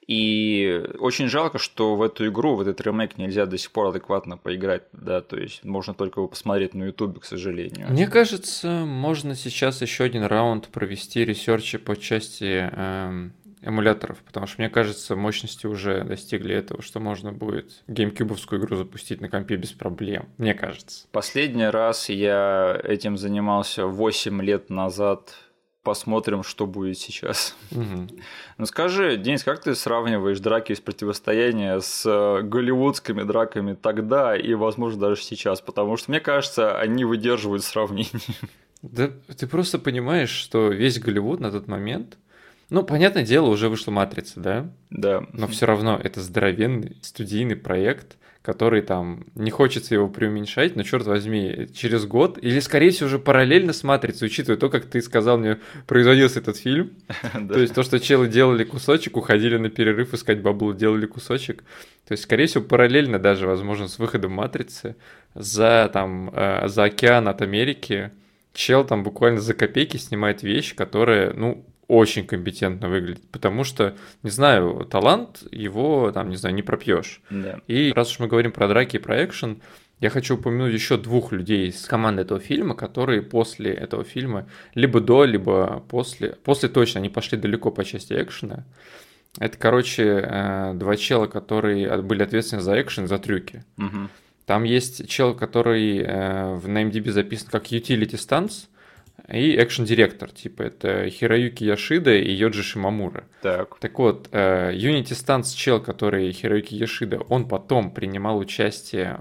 И очень жалко, что в эту игру, в этот ремейк нельзя до сих пор адекватно поиграть, да, то есть можно только его посмотреть на Ютубе, к сожалению. Мне кажется, можно сейчас еще один раунд провести ресерча по части эмуляторов, потому что, мне кажется, мощности уже достигли этого, что можно будет геймкьюбовскую игру запустить на компе без проблем, мне кажется. Последний раз я этим занимался 8 лет назад. Посмотрим, что будет сейчас. Ну скажи, Денис, как ты сравниваешь драки из противостояния с голливудскими драками тогда и, возможно, даже сейчас? Потому что, мне кажется, они выдерживают сравнение. Да ты просто понимаешь, что весь Голливуд на тот момент... Ну, понятное дело, уже вышла «Матрица», да? Да. Но все равно это здоровенный студийный проект, который там, не хочется его преуменьшать, но, черт возьми, через год, или, скорее всего, уже параллельно с «Матрицей», учитывая то, как ты сказал мне, производился этот фильм, то есть то, что челы делали кусочек, уходили на перерыв искать бабло, делали кусочек, то есть, скорее всего, параллельно даже, возможно, с выходом «Матрицы» за океан от Америки чел там буквально за копейки снимает вещи, которые, ну, очень компетентно выглядит, потому что, не знаю, талант его, там, не знаю, не пропьешь. Да. И раз уж мы говорим про драки и про экшен, я хочу упомянуть еще 2 людей из команды этого фильма, которые после этого фильма либо до, либо после точно, они пошли далеко по части экшена. Это, короче, 2 чела, которые были ответственны за экшен, за трюки. Угу. Там есть чел, который на IMDb записан как Utility Stunts, и экшн-директор, типа это Хироюки Яшида и Йоджи Шимамура. Так вот, Unity Stunts чел, который Хироюки Яшида, он потом принимал участие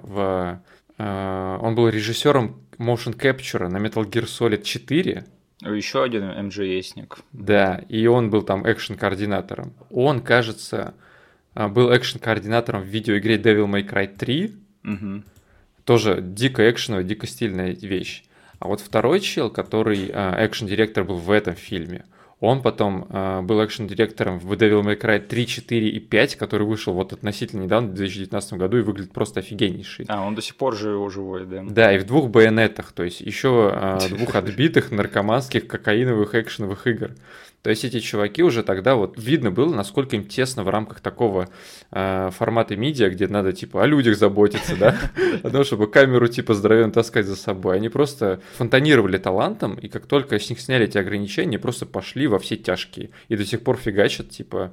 он был режиссером motion capture на Metal Gear Solid 4. Еще один МЖСник. Да, и он был там экшн-координатором. Он, кажется, был экшн-координатором в видеоигре Devil May Cry 3. Угу. Тоже дико экшеновая, дико стильная вещь. А вот второй чел, который экшн-директор был в этом фильме, он потом был экшн-директором в Devil May Cry 3, 4 и 5, который вышел вот относительно недавно, в 2019 году, и выглядит просто офигеннейший. Он до сих пор живой, да? Да, и в 2 байонетах, то есть еще 2 отбитых наркоманских кокаиновых экшеновых игр. То есть эти чуваки уже тогда вот видно было, насколько им тесно в рамках такого формата медиа, где надо типа о людях заботиться, да, о том, чтобы камеру типа здоровенно таскать за собой. Они просто фонтанировали талантом, и как только с них сняли эти ограничения, просто пошли во все тяжкие. И до сих пор фигачат типа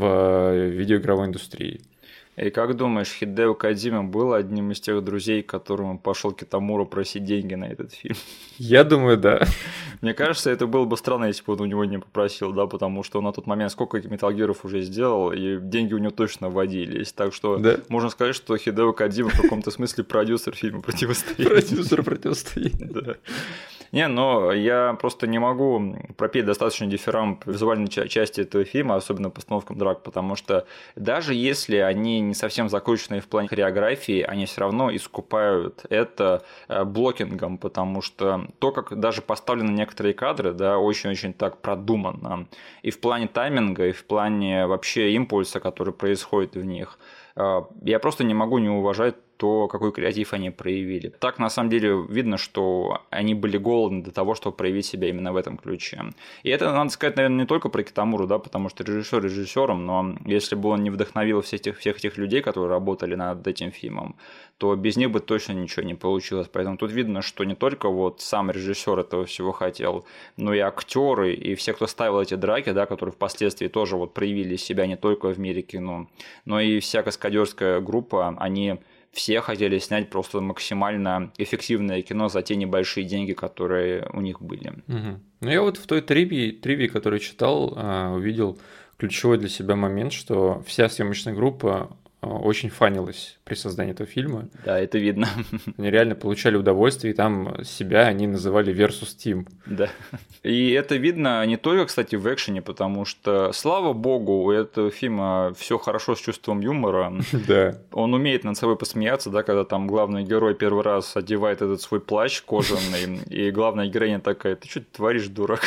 в видеоигровой индустрии. И как думаешь, Хидео Кодзима был одним из тех друзей, к которым пошел Китамура просить деньги на этот фильм? Я думаю, да. Мне кажется, это было бы странно, если бы он у него не попросил, да, потому что он на тот момент сколько Metal Gear'ов уже сделал, и деньги у него точно водились. Так что да? Можно сказать, что Хидео Кодзима в каком-то смысле продюсер фильма «Противостояние». Продюсер «Противостояние». Да. Не, но я просто не могу пропеть достаточно дифирамб визуальной части этого фильма, особенно постановкам драк, потому что даже если они не совсем законченные в плане хореографии, они все равно искупают это блокингом, потому что то, как даже поставлены некоторые кадры, да, очень-очень так продуманно, и в плане тайминга, и в плане вообще импульса, который происходит в них, я просто не могу не уважать то, какой креатив они проявили. Так, на самом деле, видно, что они были голодны до того, чтобы проявить себя именно в этом ключе. И это, надо сказать, наверное, не только про Китамуру, да, потому что режиссер режиссером, но если бы он не вдохновил всех этих людей, которые работали над этим фильмом, то без них бы точно ничего не получилось. Поэтому тут видно, что не только вот сам режиссер этого всего хотел, но и актеры, и все, кто ставил эти драки, да, которые впоследствии тоже вот проявили себя не только в мире кино, но и вся каскадерская группа, они все хотели снять просто максимально эффективное кино за те небольшие деньги, которые у них были. Угу. Ну, я вот в той тривии, которую читал, увидел ключевой для себя момент, что вся съемочная группа очень фанилась при создании этого фильма. Да, это видно. Они реально получали удовольствие, и там себя они называли Versus Team. Да. И это видно не только, кстати, в экшене, потому что, слава богу, у этого фильма все хорошо с чувством юмора. Да. Он умеет над собой посмеяться, да, когда там главный герой первый раз одевает этот свой плащ кожаный, и главная героиня такая: ты что творишь, дурак?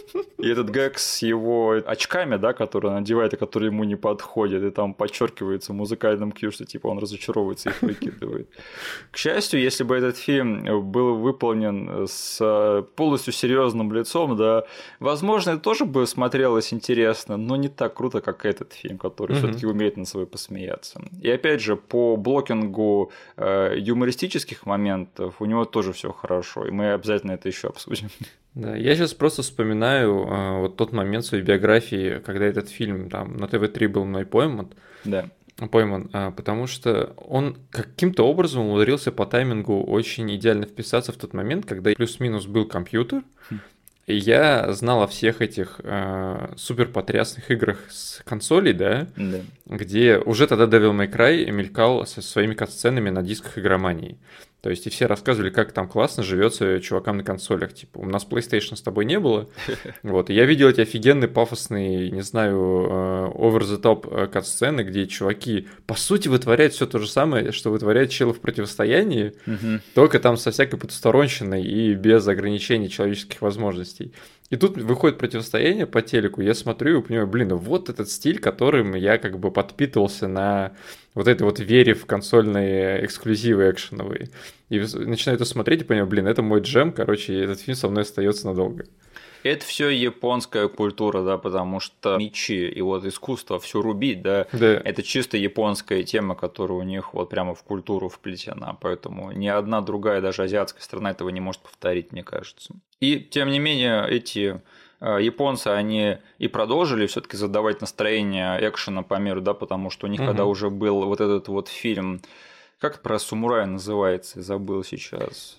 И этот гэг с его очками, да, которые он надевает, и которые ему не подходят, и там подчеркивается музыкальным кью, что типа он разочаровывается и их выкидывает. К счастью, если бы этот фильм был выполнен с полностью серьезным лицом, да, возможно, это тоже бы смотрелось интересно, но не так круто, как этот фильм, который все-таки умеет над собой посмеяться. И опять же, по блокингу юмористических моментов у него тоже все хорошо, и мы обязательно это еще обсудим. Да, я сейчас просто вспоминаю вот тот момент в своей биографии, когда этот фильм там на ТВ-3 был мной Да. пойман, потому что он каким-то образом умудрился по таймингу очень идеально вписаться в тот момент, когда плюс-минус был компьютер, и я знал о всех этих супер потрясных играх с консолей, да, где уже тогда Devil May Cry мелькал со своими катсценами на дисках игромании. То есть и все рассказывали, как там классно живется чувакам на консолях. Типа, у нас PlayStation с тобой не было. Вот, и я видел эти офигенные, пафосные, не знаю, over-the-top катсцены, где чуваки, по сути, вытворяют все то же самое, что вытворяет челы в Противостоянии, только там со всякой потусторонщиной и без ограничений человеческих возможностей. И тут выходит Противостояние по телеку, я смотрю и понимаю, блин, вот этот стиль, которым я как бы подпитывался на вот этой вот вере в консольные эксклюзивы экшеновые. И начинаю это смотреть и понимаю, блин, это мой джем, короче, и этот фильм со мной остается надолго. Это все японская культура, да, потому что мечи и вот искусство все рубить, да, это чисто японская тема, которая у них вот прямо в культуру вплетена, поэтому ни одна другая, даже азиатская страна этого не может повторить, мне кажется. И тем не менее эти японцы, они и продолжили все-таки задавать настроение экшена по миру, да, потому что у них когда уже был вот этот вот фильм, как про самурая называется, забыл сейчас.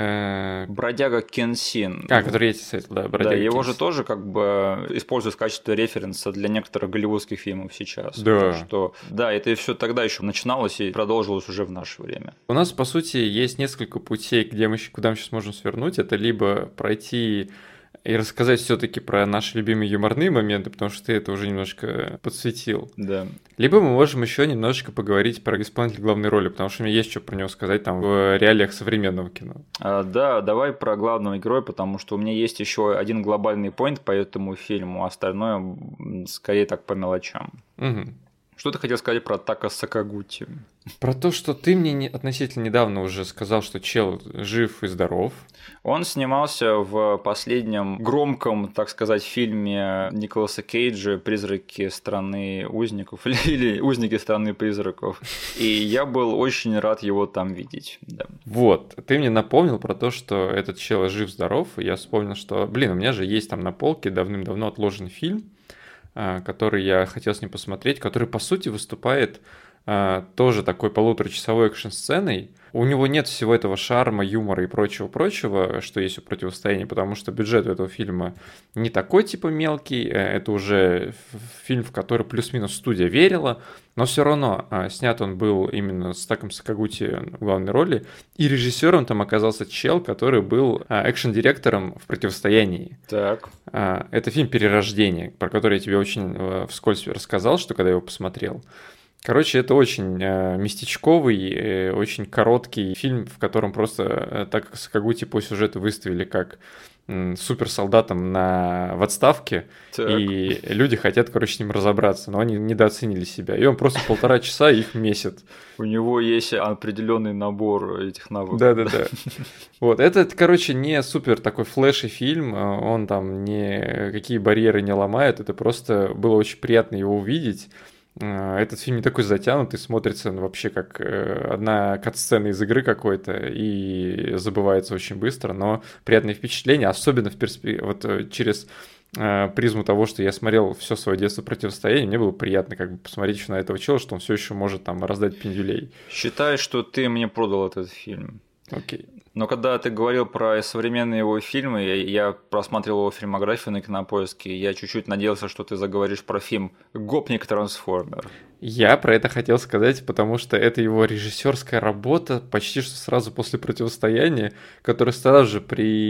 Бродяга Кенсин. Который я тебе советовал, да, Бродяга Кенсин. Его Кенсин. же тоже как бы используют в качестве референса для некоторых голливудских фильмов сейчас. Да. Потому что, да, это все тогда еще начиналось и продолжилось уже в наше время. У нас, по сути, есть несколько путей, куда мы сейчас можем свернуть. Это либо пройти и рассказать все-таки про наши любимые юморные моменты, потому что ты это уже немножко подсветил. Да. Либо мы можем еще немножечко поговорить про исполнителя главной роли, потому что у меня есть что про него сказать там в реалиях современного кино. Да, давай про главного героя, потому что у меня есть еще один глобальный поинт по этому фильму, а остальное скорее так по мелочам. Угу. Что ты хотел сказать про Така Сакагути? Про то, что ты мне относительно недавно уже сказал, что чел жив и здоров. Он снимался в последнем громком, так сказать, фильме Николаса Кейджа «Призраки страны узников» или «Узники страны призраков». И я был очень рад его там видеть. Да. Вот, ты мне напомнил про то, что этот чел жив-здоров, и я вспомнил, что, блин, у меня же есть там на полке давным-давно отложенный фильм, который я хотел с ним посмотреть, который, по сути, выступает тоже такой полуторачасовой экшн-сценой. У него нет всего этого шарма, юмора и прочего-прочего, что есть у «Противостояния», потому что бюджет у этого фильма не такой типа мелкий, это уже фильм, в который плюс-минус студия верила, но все равно снят он был именно с Таком Сакагути в главной роли, и режиссером там оказался чел, который был экшн-директором в «Противостоянии». Так. Это фильм «Перерождение», про который я тебе очень вскользь рассказал, что когда я его посмотрел. Короче, это очень местечковый, очень короткий фильм, в котором просто так Сакагути по сюжету выставили как суперсолдатом в отставке, так. И люди хотят, короче, с ним разобраться, но они недооценили себя, и он просто 1,5 часа их месит. У него есть определенный набор этих навыков. Да-да-да. Вот, это, короче, не супер такой флеши фильм, он там никакие барьеры не ломает, это просто было очень приятно его увидеть. Этот фильм не такой затянутый, смотрится вообще как одна катсцена из игры какой-то и забывается очень быстро, но приятное впечатление, особенно вот через призму того, что я смотрел все свое детство «Противостояние», мне было приятно как бы посмотреть еще на этого чела, что он все еще может там раздать пиндюлей. Считай, что ты мне продал этот фильм. Окей. Но когда ты говорил про современные его фильмы, я просмотрел его фильмографию на Кинопоиске, я чуть-чуть надеялся, что ты заговоришь про фильм «Гопник Трансформер». Я про это хотел сказать, потому что это его режиссерская работа почти что сразу после «Противостояния», которая сразу же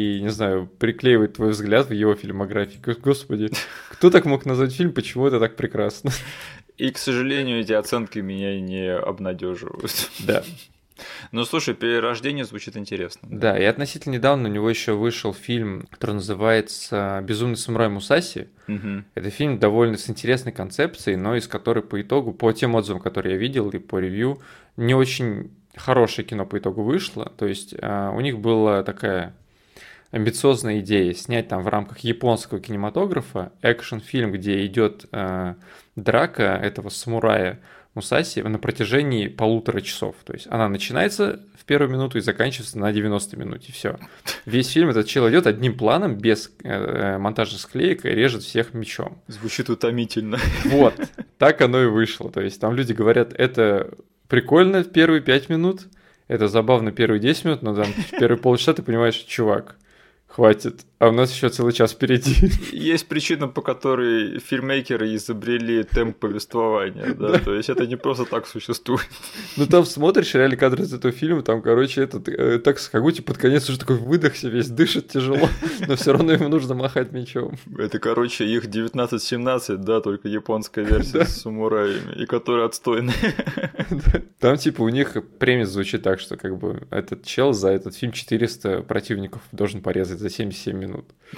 приклеивает твой взгляд в его фильмографии. Господи, кто так мог назвать фильм, почему это так прекрасно? И, к сожалению, эти оценки меня не обнадеживают. Да. Ну, слушай, «Перерождение» звучит интересно. Да, и относительно недавно у него еще вышел фильм, который называется «Безумный самурай Мусаси». Угу. Это фильм довольно с интересной концепцией, но из которой по итогу, по тем отзывам, которые я видел и по ревью, не очень хорошее кино по итогу вышло. То есть у них была такая амбициозная идея снять там в рамках японского кинематографа экшн-фильм, где идет драка этого самурая Мусаси на протяжении 1,5 часов. То есть она начинается в первую минуту и заканчивается на 90 минут, и все. Весь фильм этот чел идет одним планом, без монтажных склеек, и режет всех мечом. Звучит утомительно. Вот, так оно и вышло. То есть там люди говорят, это прикольно в первые 5 минут, это забавно первые 10 минут, но там в первые полчаса ты понимаешь, чувак, хватит, а у нас еще целый час впереди. Есть причина, по которой фильммейкеры изобрели темп повествования, да, то есть это не просто так существует. Ну там смотришь реально кадры из этого фильма, там, короче, так Сакагути под конец уже такой выдохся весь, дышит тяжело, но все равно ему нужно махать мечом. Это, короче, их 1917, да, только японская версия с самураями, и которая отстойная. Там, типа, у них премис звучит так, что, как бы, этот чел за этот фильм 400 противников должен порезать за 77 минут.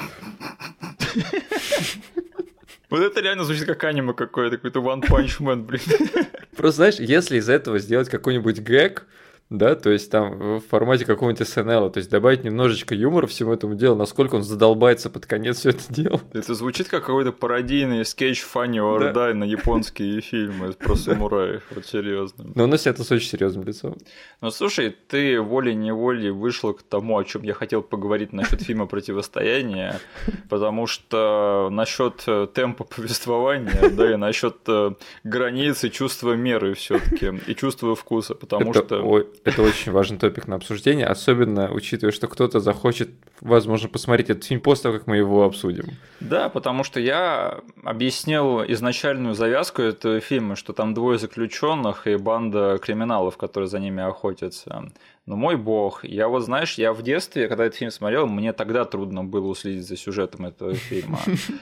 Вот это реально звучит как аниме какое-то, какой-то One Punch Man, блин. Просто, знаешь, если из этого сделать какой-нибудь гэг, да, то есть там в формате какого-нибудь СНЛ, то есть добавить немножечко юмора всему этому делу, насколько он задолбается под конец все это дело. Это звучит как какой-то пародийный скетч Funny or Die на японские фильмы про самураев, вот серьезно. Но он носит это с очень серьезным лицом. Ну слушай, ты волей-неволей вышел к тому, о чем я хотел поговорить насчет фильма «Противостояние», потому что насчет темпа повествования, да, и насчет границы чувства меры все-таки и чувства вкуса, потому что... Это очень важный топик на обсуждение, особенно учитывая, что кто-то захочет, возможно, посмотреть этот фильм после того, как мы его обсудим. Да, потому что я объяснил изначальную завязку этого фильма, что там двое заключенных и банда криминалов, которые за ними охотятся. Но мой бог, я вот, знаешь, я в детстве, когда этот фильм смотрел, мне тогда трудно было уследить за сюжетом этого фильма.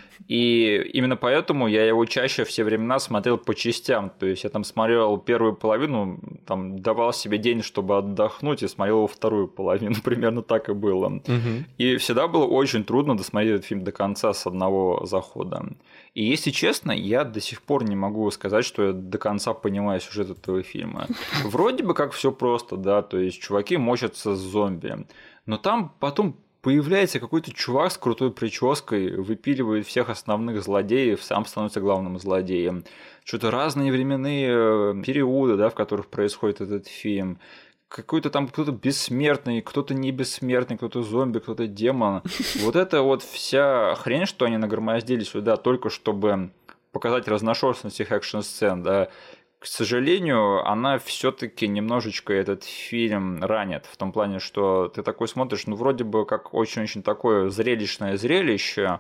И именно поэтому я его чаще все времена смотрел по частям. То есть я там смотрел первую половину, там давал себе день, чтобы отдохнуть, и смотрел его вторую половину. Примерно так и было. И всегда было очень трудно досмотреть этот фильм до конца с одного захода. И если честно, я до сих пор не могу сказать, что я до конца понимаю сюжет этого фильма. Вроде бы как все просто, да, то есть чуваки мочатся с зомби, но там потом появляется какой-то чувак с крутой прической, выпиливает всех основных злодеев, сам становится главным злодеем. Что-то разные временные периоды, да, в которых происходит этот фильм. Какой-то там кто-то бессмертный, кто-то не бессмертный, кто-то зомби, кто-то демон. Вот это вот вся хрень, что они нагромоздили сюда только чтобы показать разношерстность их экшн-сцен, да. К сожалению, она все-таки немножечко этот фильм ранит, в том плане, что ты такой смотришь, ну, вроде бы как очень-очень такое зрелищное зрелище,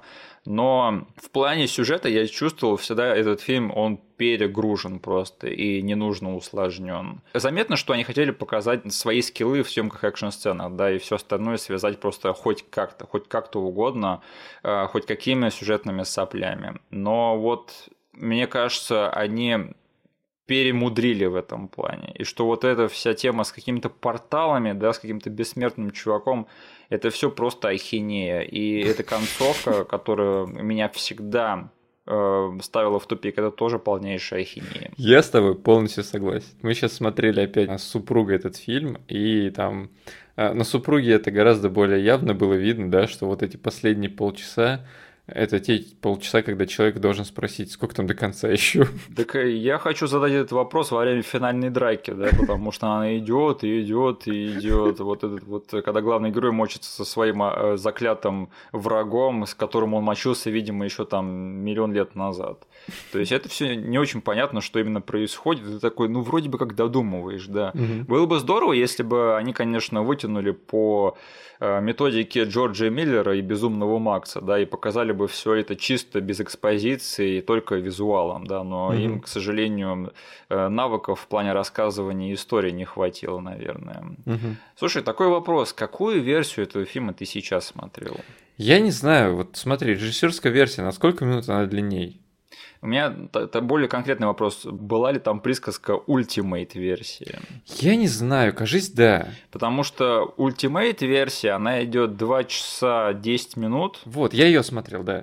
но в плане сюжета я чувствовал всегда этот фильм, он перегружен просто и ненужно усложнен. Заметно, что они хотели показать свои скиллы в съемках экшн-сценах, да, и все остальное связать просто хоть как-то угодно, хоть какими сюжетными соплями. Но вот, мне кажется, они перемудрили в этом плане. И что вот эта вся тема с какими-то порталами, да, с каким-то бессмертным чуваком, это все просто ахинея. И эта концовка, которая меня всегда ставила в тупик, это тоже полнейшая ахинея. Я с тобой полностью согласен. Мы сейчас смотрели опять с супругой этот фильм, и там на супруге это гораздо более явно было видно, да, что вот эти последние полчаса это те полчаса, когда человек должен спросить, сколько там до конца еще. Так я хочу задать этот вопрос во время финальной драки, да, потому что она идет и идет и идет. Вот этот вот, когда главный герой мочится со своим заклятым врагом, с которым он мочился, видимо, еще там миллион лет назад. То есть это все не очень понятно, что именно происходит. Ты такой, ну вроде бы как додумываешь, да. Было бы здорово, если бы они, конечно, вытянули по методике Джорджа Миллера и Безумного Макса, да, и показали бы все это чисто без экспозиции, только визуалом, да, но им, к сожалению, навыков в плане рассказывания истории не хватило, наверное. Слушай, такой вопрос: какую версию этого фильма ты сейчас смотрел? Я не знаю, вот смотри, режиссерская версия, на сколько минут она длинней? У меня это более конкретный вопрос. Была ли там присказка Ultimate-версия? Я не знаю, кажись, да. Потому что Ultimate-версия, она идет 2 часа 10 минут. Вот, я ее смотрел, да.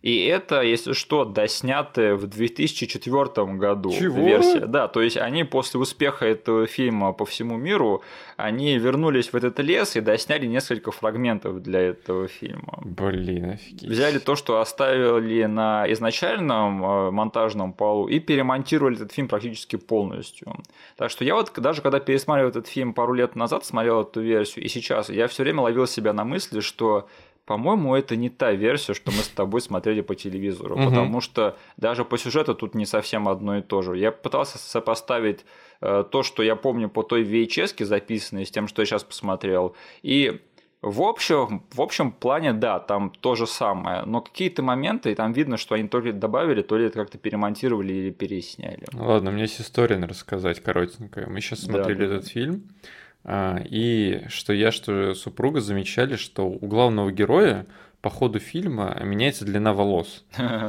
И это, если что, доснятая в 2004 году Чего? версия. Да, то есть они после успеха этого фильма по всему миру, они вернулись в этот лес и досняли несколько фрагментов для этого фильма. Блин, офигеть. Взяли то, что оставили на изначальном монтажном полу, и перемонтировали этот фильм практически полностью. Так что я вот даже когда пересматривал этот фильм пару лет назад, смотрел эту версию, и сейчас я все время ловил себя на мысли, что, по-моему, это не та версия, что мы с тобой смотрели по телевизору, потому что даже по сюжету тут не совсем одно и то же. Я пытался сопоставить то, что я помню по той VHS-ке записанной, с тем, что я сейчас посмотрел, и в общем плане, да, там то же самое, но какие-то моменты, и там видно, что они то ли добавили, то ли это как-то перемонтировали или пересняли. Ладно, у меня есть история рассказать коротенькая. Мы сейчас смотрели этот фильм, и что я, что супруга замечали, что у главного героя по ходу фильма меняется длина волос.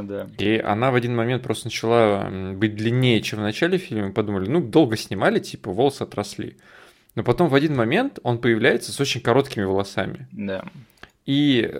И она в один момент просто начала быть длиннее, чем в начале фильма, и подумали, ну, долго снимали, типа, волосы отросли. Но потом в один момент он появляется с очень короткими волосами. Да. И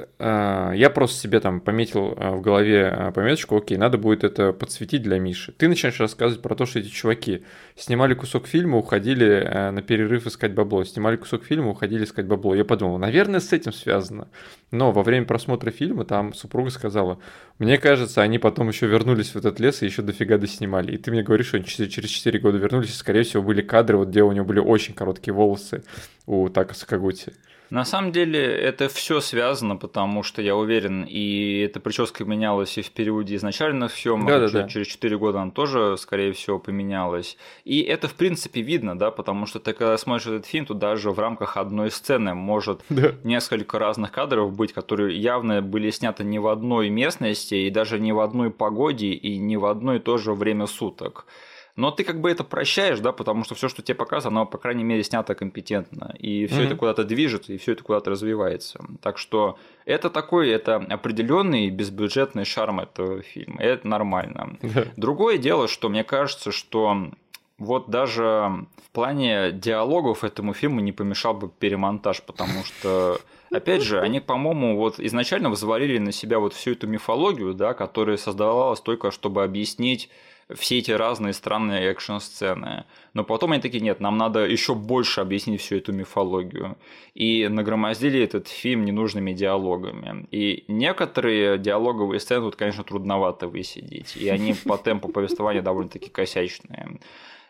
я просто себе там пометил в голове пометочку, окей, надо будет это подсветить для Миши. Ты начинаешь рассказывать про то, что эти чуваки снимали кусок фильма, уходили на перерыв искать бабло, снимали кусок фильма, уходили искать бабло. Я подумал, наверное, с этим связано. Но во время просмотра фильма там супруга сказала, мне кажется, они потом еще вернулись в этот лес и еще дофига доснимали. И ты мне говоришь, что они через 4 года вернулись, и, скорее всего, были кадры, вот где у него были очень короткие волосы у Така Сакагути. На самом деле это все связано, потому что я уверен, и эта прическа менялась и в периоде изначальных съемок, через 4 года она тоже, скорее всего, поменялась. И это, в принципе, видно, да, потому что ты, когда смотришь этот фильм, то даже в рамках одной сцены может несколько разных кадров быть, которые явно были сняты не в одной местности, и даже не в одной погоде, и не в одно и то же время суток. Но ты как бы это прощаешь, да, потому что все, что тебе показано, оно, по крайней мере, снято компетентно. И все это куда-то движется, и все это куда-то развивается. Так что это определенный безбюджетный шарм этого фильма. И это нормально. Другое дело, что мне кажется, что вот даже в плане диалогов этому фильму не помешал бы перемонтаж, потому что, опять же, они, по-моему, вот изначально взвалили на себя вот всю эту мифологию, да, которая создавалась только чтобы объяснить все эти разные странные экшн-сцены. Но потом они такие, нет, нам надо еще больше объяснить всю эту мифологию. И нагромоздили этот фильм ненужными диалогами. И некоторые диалоговые сцены тут, конечно, трудновато высидеть. И они по темпу повествования довольно-таки косячные.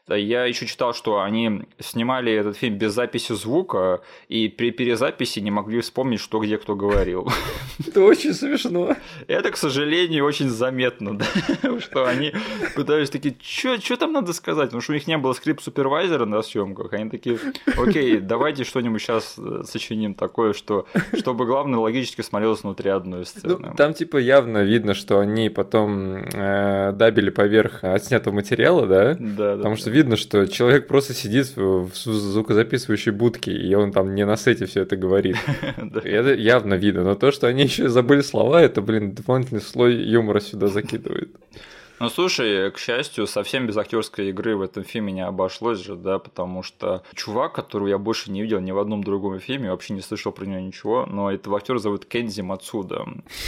Я еще читал, что они снимали этот фильм без записи звука, и при перезаписи не могли вспомнить, что где кто говорил. Это очень смешно. Это, к сожалению, очень заметно, да? Что они пытались такие, что там надо сказать? Потому что у них не было скрипт-супервайзера на съемках. Они такие, окей, давайте что-нибудь сейчас сочиним такое, чтобы главное логически смотрелось внутри одной сцены. Ну, там типа явно видно, что они потом дабили поверх отснятого материала, да? Да. Потому что видно, что человек просто сидит в звукозаписывающей будке, и он там не на сете все это говорит. И это явно видно. Но то, что они еще забыли слова, это, дополнительный слой юмора сюда закидывает. Ну, слушай, к счастью, совсем без актерской игры в этом фильме не обошлось же, да, потому что чувак, которого я больше не видел ни в одном другом фильме, вообще не слышал про него ничего, но этого актера зовут Кензи Мацуда.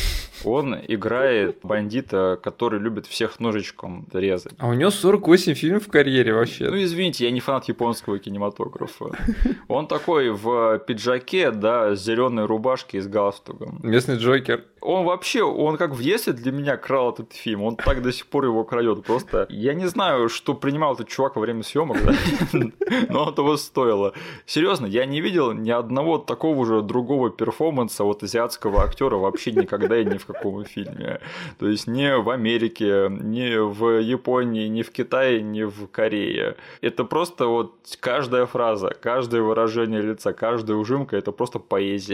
Он играет бандита, который любит всех ножичком резать. А у него 48 фильмов в карьере вообще. Ну, извините, я не фанат японского кинематографа. Он такой в пиджаке, да, с зеленой рубашкой и с галстуком. Местный Джокер. Он как в детстве для меня крал этот фильм, он так до сих пор его краёт. Просто я не знаю, что принимал этот чувак во время съемок, да? Но он того стоило. Серьезно, я не видел ни одного такого же другого перформанса от азиатского актера вообще никогда и ни в каком фильме. То есть ни в Америке, ни в Японии, ни в Китае, ни в Корее. Это просто вот каждая фраза, каждое выражение лица, каждая ужимка – это просто поэзия.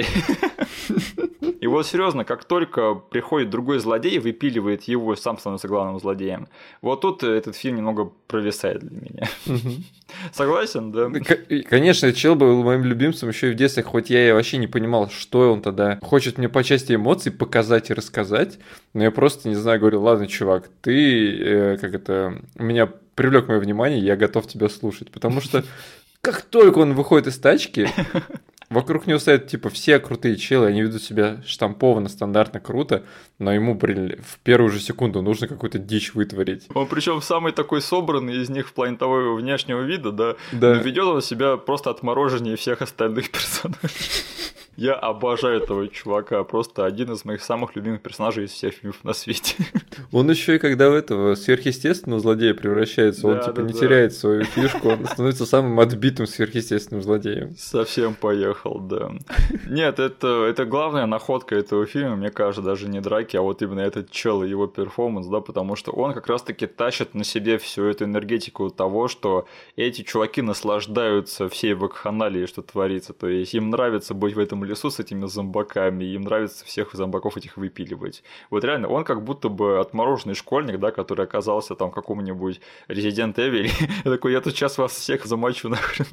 И вот серьезно, как только приходит другой злодей, выпиливает его и сам становится главным злодеем. Вот тут этот фильм немного провисает для меня. Согласен, да? Конечно, чел был моим любимцем еще и в детстве, хоть я и вообще не понимал, что он тогда хочет мне по части эмоций показать и рассказать, но я просто, не знаю, говорю, ладно, чувак, ты, меня привлек мое внимание, я готов тебя слушать, потому что как только он выходит из тачки, Вокруг него стоят, типа, все крутые челы, они ведут себя штампованно, стандартно круто, но ему, блин, в первую же секунду нужно какую-то дичь вытворить. Он причем самый такой собранный из них в плане того его внешнего вида, да? Да. Но ведет он себя просто отмороженнее всех остальных персонажей. Я обожаю этого чувака, просто один из моих самых любимых персонажей из всех фильмов на свете. Он еще и когда в этого сверхъестественного злодея превращается, он типа не теряет свою фишку, он становится самым отбитым сверхъестественным злодеем. Совсем поехал, да. Нет, это главная находка этого фильма, мне кажется, даже не драки, а вот именно этот чел и его перформанс, да, потому что он как раз-таки тащит на себе всю эту энергетику того, что эти чуваки наслаждаются всей вакханалией, что творится, то есть им нравится быть в этом лесу с этими зомбаками, им нравится всех зомбаков этих выпиливать. Вот реально, он как будто бы отмороженный школьник, да, который оказался там в каком-нибудь Resident Evil, я такой, я тут сейчас вас всех замочу нахрен.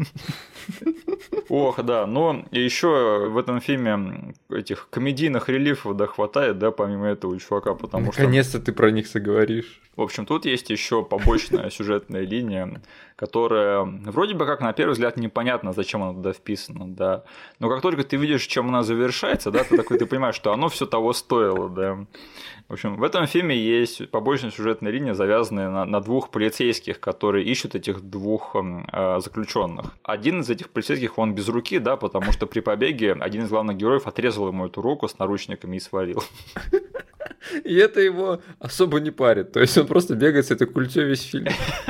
Ох, да, но еще в этом фильме этих комедийных релифов, да, хватает, да, помимо этого чувака, потому что... Наконец-то ты про них заговоришь. В общем, тут есть еще побочная сюжетная линия, которая вроде бы как на первый взгляд непонятно, зачем она туда вписана, да. Но как только ты видишь, чем она завершается, да, ты понимаешь, что оно все того стоило, да. В общем, в этом фильме есть побочная сюжетная линия, завязанная на двух полицейских, которые ищут этих двух заключенных. Один из этих полицейских, он без руки, да, потому что при побеге один из главных героев отрезал ему эту руку с наручниками и свалил. И это его особо не парит. То есть он просто бегает с этой культей весь фильм.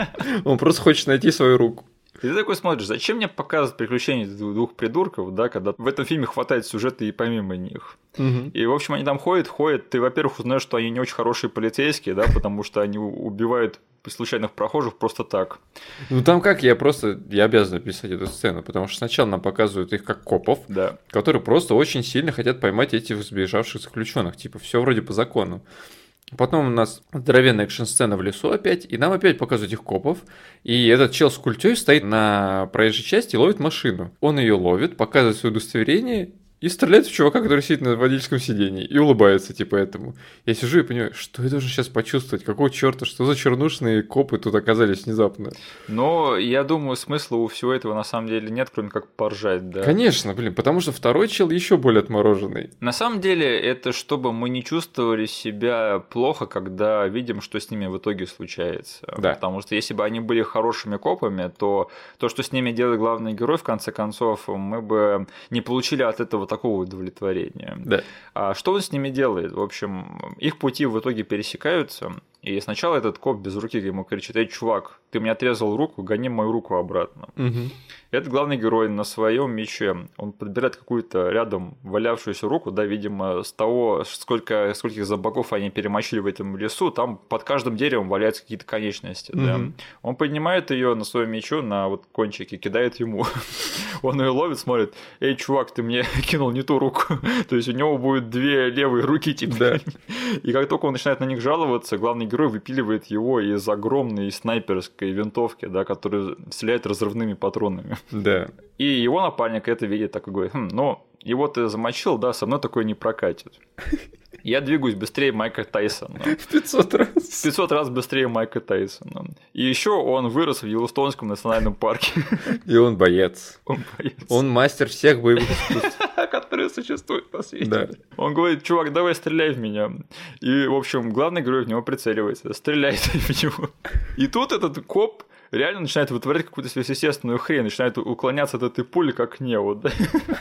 Он просто хочет найти свою руку. И ты такой смотришь, зачем мне показывать приключения двух придурков, да, когда в этом фильме хватает сюжета и помимо них. Угу. И, в общем, они там ходят, ты, во-первых, узнаешь, что они не очень хорошие полицейские, да, потому что они убивают случайных прохожих просто так. Ну там как, я обязан описать эту сцену, потому что сначала нам показывают их как копов, да, которые просто очень сильно хотят поймать этих сбежавших заключенных, типа все вроде по закону. Потом у нас здоровенная экшн-сцена в лесу опять, и нам опять показывают этих копов, и этот чел с культей стоит на проезжей части и ловит машину. Он ее ловит, показывает свое удостоверение и стреляет в чувака, который сидит на водительском сидении, и улыбается типа этому. Я сижу и понимаю, что я должен сейчас почувствовать, какого черта, что за чернушные копы тут оказались внезапно. Но я думаю, смысла у всего этого на самом деле нет, кроме как поржать, да. Конечно, блин, потому что второй чел еще более отмороженный. На самом деле это чтобы мы не чувствовали себя плохо, когда видим, что с ними в итоге случается. Да. Потому что если бы они были хорошими копами, то что с ними делает главный герой, в конце концов, мы бы не получили от этого такого удовлетворения. Да. А что он с ними делает? В общем, их пути в итоге пересекаются, и сначала этот коп без руки ему кричит: «Эй, чувак, ты мне отрезал руку, гони мою руку обратно». Угу. Этот главный герой на своем мече, он подбирает какую-то рядом валявшуюся руку, да, видимо, с того, скольких зомбаков они перемочили в этом лесу, там под каждым деревом валяются какие-то конечности, да. Он поднимает ее на своем мечу, на вот кончике, кидает ему. Он ее ловит, смотрит: «Эй, чувак, ты мне кинул не ту руку». То есть у него будет две левые руки, типа. Да. И как только он начинает на них жаловаться, главный герой выпиливает его из огромной снайперской винтовки, да, которая стреляет разрывными патронами. Да. И его напарник это видит, такой говорит: ну, его ты замочил, да, со мной такое не прокатит. Я двигаюсь быстрее Майка Тайсона. В 500 раз. В 500 раз быстрее Майка Тайсона. И еще он вырос в Йеллоустонском национальном парке. И он боец. Он боец. Он мастер всех боевых искусств, которые существуют на свете. Да. Он говорит: чувак, давай стреляй в меня. И, в общем, главный герой в него прицеливается. Стреляй в него. И тут этот коп реально начинает вытворять какую-то сверхъестественную хрень, начинает уклоняться от этой пули, как Нео, да?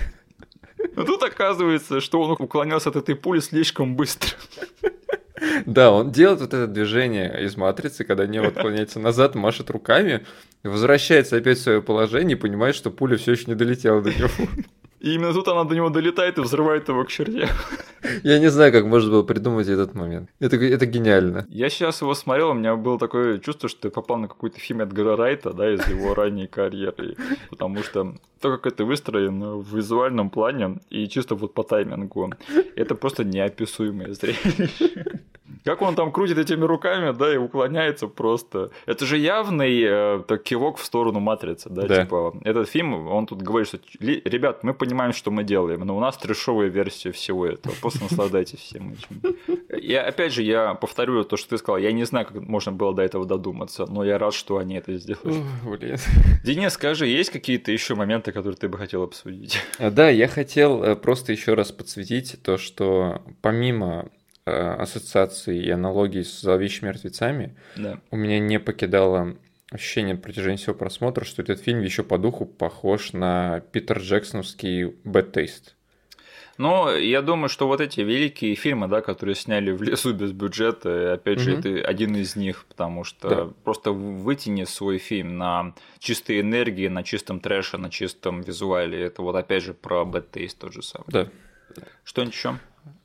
Но тут оказывается, что он уклонялся от этой пули слишком быстро. Да, он делает вот это движение из матрицы, когда Нео отклоняется назад, машет руками, возвращается опять в свое положение и понимает, что пуля все еще не долетела до него. И именно тут она до него долетает и взрывает его к чертям. Я не знаю, как можно было придумать этот момент. Это гениально. Я сейчас его смотрел, у меня было такое чувство, что я попал на какой-то фильм Эдгара Райта, да, из его ранней карьеры. Потому что то, как это выстроено в визуальном плане и чисто вот по таймингу, это просто неописуемое зрелище. Как он там крутит этими руками, да, и уклоняется просто. Это же явный кивок в сторону «Матрицы», да? Типа, этот фильм, он тут говорит, что, ребят, мы понимаем, что мы делаем, но у нас трэшовая версия всего этого, просто наслаждайтесь всем этим. И опять же, я повторю то, что ты сказал, я не знаю, как можно было до этого додуматься, но я рад, что они это сделали. Блин. Денис, скажи, есть какие-то еще моменты, которые ты бы хотел обсудить? Да, я хотел просто еще раз подсветить то, что помимо ассоциаций и аналогий с «Зловещими мертвецами», у меня не покидало ощущение на протяжении всего просмотра, что этот фильм еще по духу похож на Питер Джексоновский «Bad Taste». Ну, я думаю, что вот эти великие фильмы, да, которые сняли в лесу без бюджета, опять же, это один из них, потому что просто вытяни свой фильм на чистой энергии, на чистом трэше, на чистом визуале. Это вот опять же про Bad Taste тот же самый. Да. Что-нибудь еще?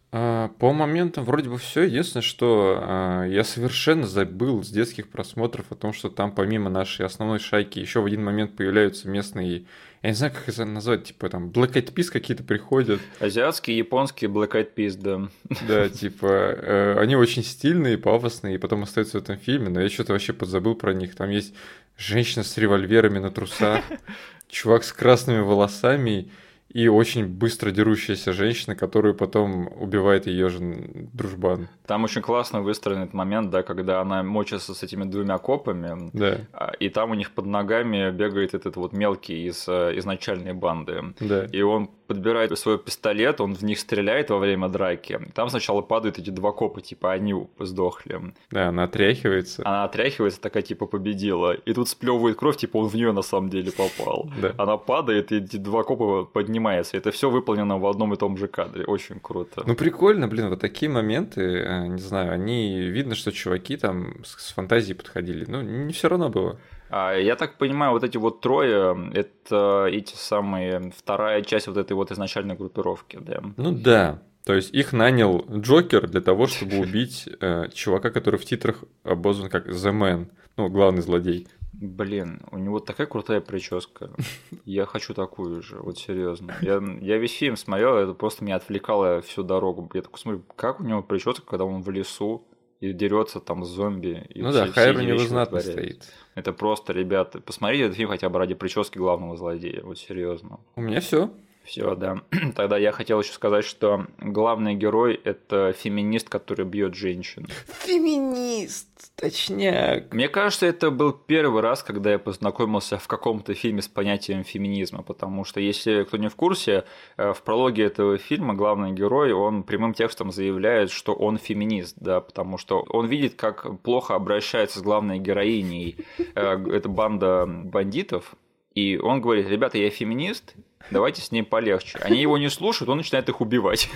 По моментам вроде бы все. Единственное, что я совершенно забыл с детских просмотров о том, что там помимо нашей основной шайки еще в один момент появляются местные, я не знаю, как это назвать, типа там Black Eyed Peas какие-то приходят. Азиатские, японские Black Eyed Peas, да. Да, типа они очень стильные, пафосные, и потом остаются в этом фильме, но я что-то вообще подзабыл про них. Там есть женщина с револьверами на трусах, чувак с красными волосами и очень быстро дерущаяся женщина, которую потом убивает ее же дружбан. Там очень классно выстроен этот момент, да, когда она мочится с этими двумя копами, да. И там у них под ногами бегает этот вот мелкий из изначальной банды. Да. И он подбирает свой пистолет, он в них стреляет во время драки. Там сначала падают эти два копа, типа они сдохли. Да, она отряхивается. Она отряхивается, такая типа победила. И тут сплевывает кровь, типа он в нее на самом деле попал. Да. Она падает, и эти два копа поднимаются. Это все выполнено в одном и том же кадре. Очень круто. Ну прикольно, блин, вот такие моменты, не знаю, они видно, что чуваки там с фантазией подходили. Ну, не все равно было. Я так понимаю, вот эти вот трое – это эти самые вторая часть вот этой вот изначальной группировки, да? Ну да. То есть их нанял Джокер для того, чтобы убить чувака, который в титрах обозван как The Man, ну, главный злодей. Блин, у него такая крутая прическа. Я хочу такую же, вот серьезно. Я весь фильм смотрел, это просто меня отвлекало всю дорогу. Я такой смотрю, как у него прическа, когда он в лесу и дерется там с зомби. И ну да, хайр у него знатно стоит. Это просто, ребята, посмотрите этот фильм хотя бы ради прически главного злодея, вот серьезно. У меня все. Все, да. Тогда я хотел еще сказать, что главный герой – это феминист, который бьет женщин. Феминист, точняк. Мне кажется, это был первый раз, когда я познакомился в каком-то фильме с понятием феминизма, потому что, если кто не в курсе, в прологе этого фильма главный герой, он прямым текстом заявляет, что он феминист, да, потому что он видит, как плохо обращается с главной героиней эта банда бандитов, и он говорит: ребята, я феминист, давайте с ней полегче. Они его не слушают, он начинает их убивать.